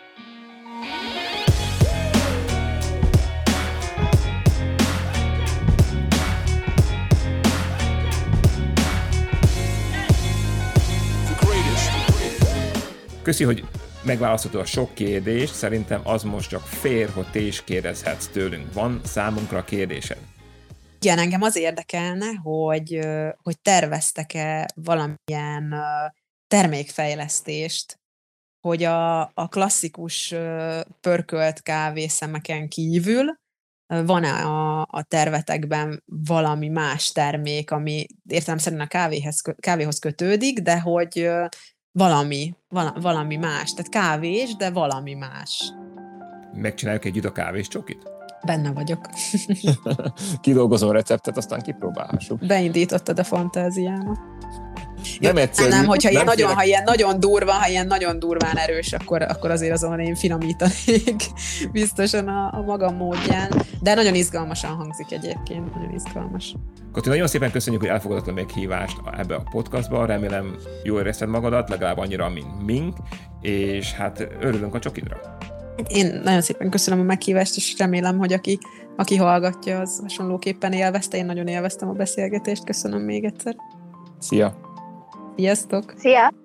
Köszi, hogy megválaszoltad a sok kérdést, szerintem az most csak fér, hogy te is kérdezhetsz tőlünk. Van számunkra kérdésed? Igen, engem az érdekelne, hogy terveztek-e valamilyen termékfejlesztést, hogy a klasszikus pörkölt kávészemeken kívül van-e a tervetekben valami más termék, ami értelemszerűen a kávéhoz kötődik, de hogy valami más. Tehát kávés, de valami más. Megcsináljuk együtt a kávés csokit? Benne vagyok. Kidolgozom receptet, aztán kipróbálhassuk. Beindítottad a fantáziámat. Nem egyszerű. Nem, hogyha ilyen nagyon durván erős, akkor azért azon én finomítanék biztosan a magam módján. De nagyon izgalmasan hangzik egyébként, nagyon izgalmas. Kati, nagyon szépen köszönjük, hogy elfogadtad a meghívást ebbe a podcastba. Remélem jól érezted magadat, legalább annyira, mint mink, és hát örülünk a csokidra. Én nagyon szépen köszönöm a meghívást, és remélem, hogy aki hallgatja, az hasonlóképpen élvezte. Én nagyon élveztem a beszélgetést. Köszönöm még egyszer. Szia! Sziasztok! Szia!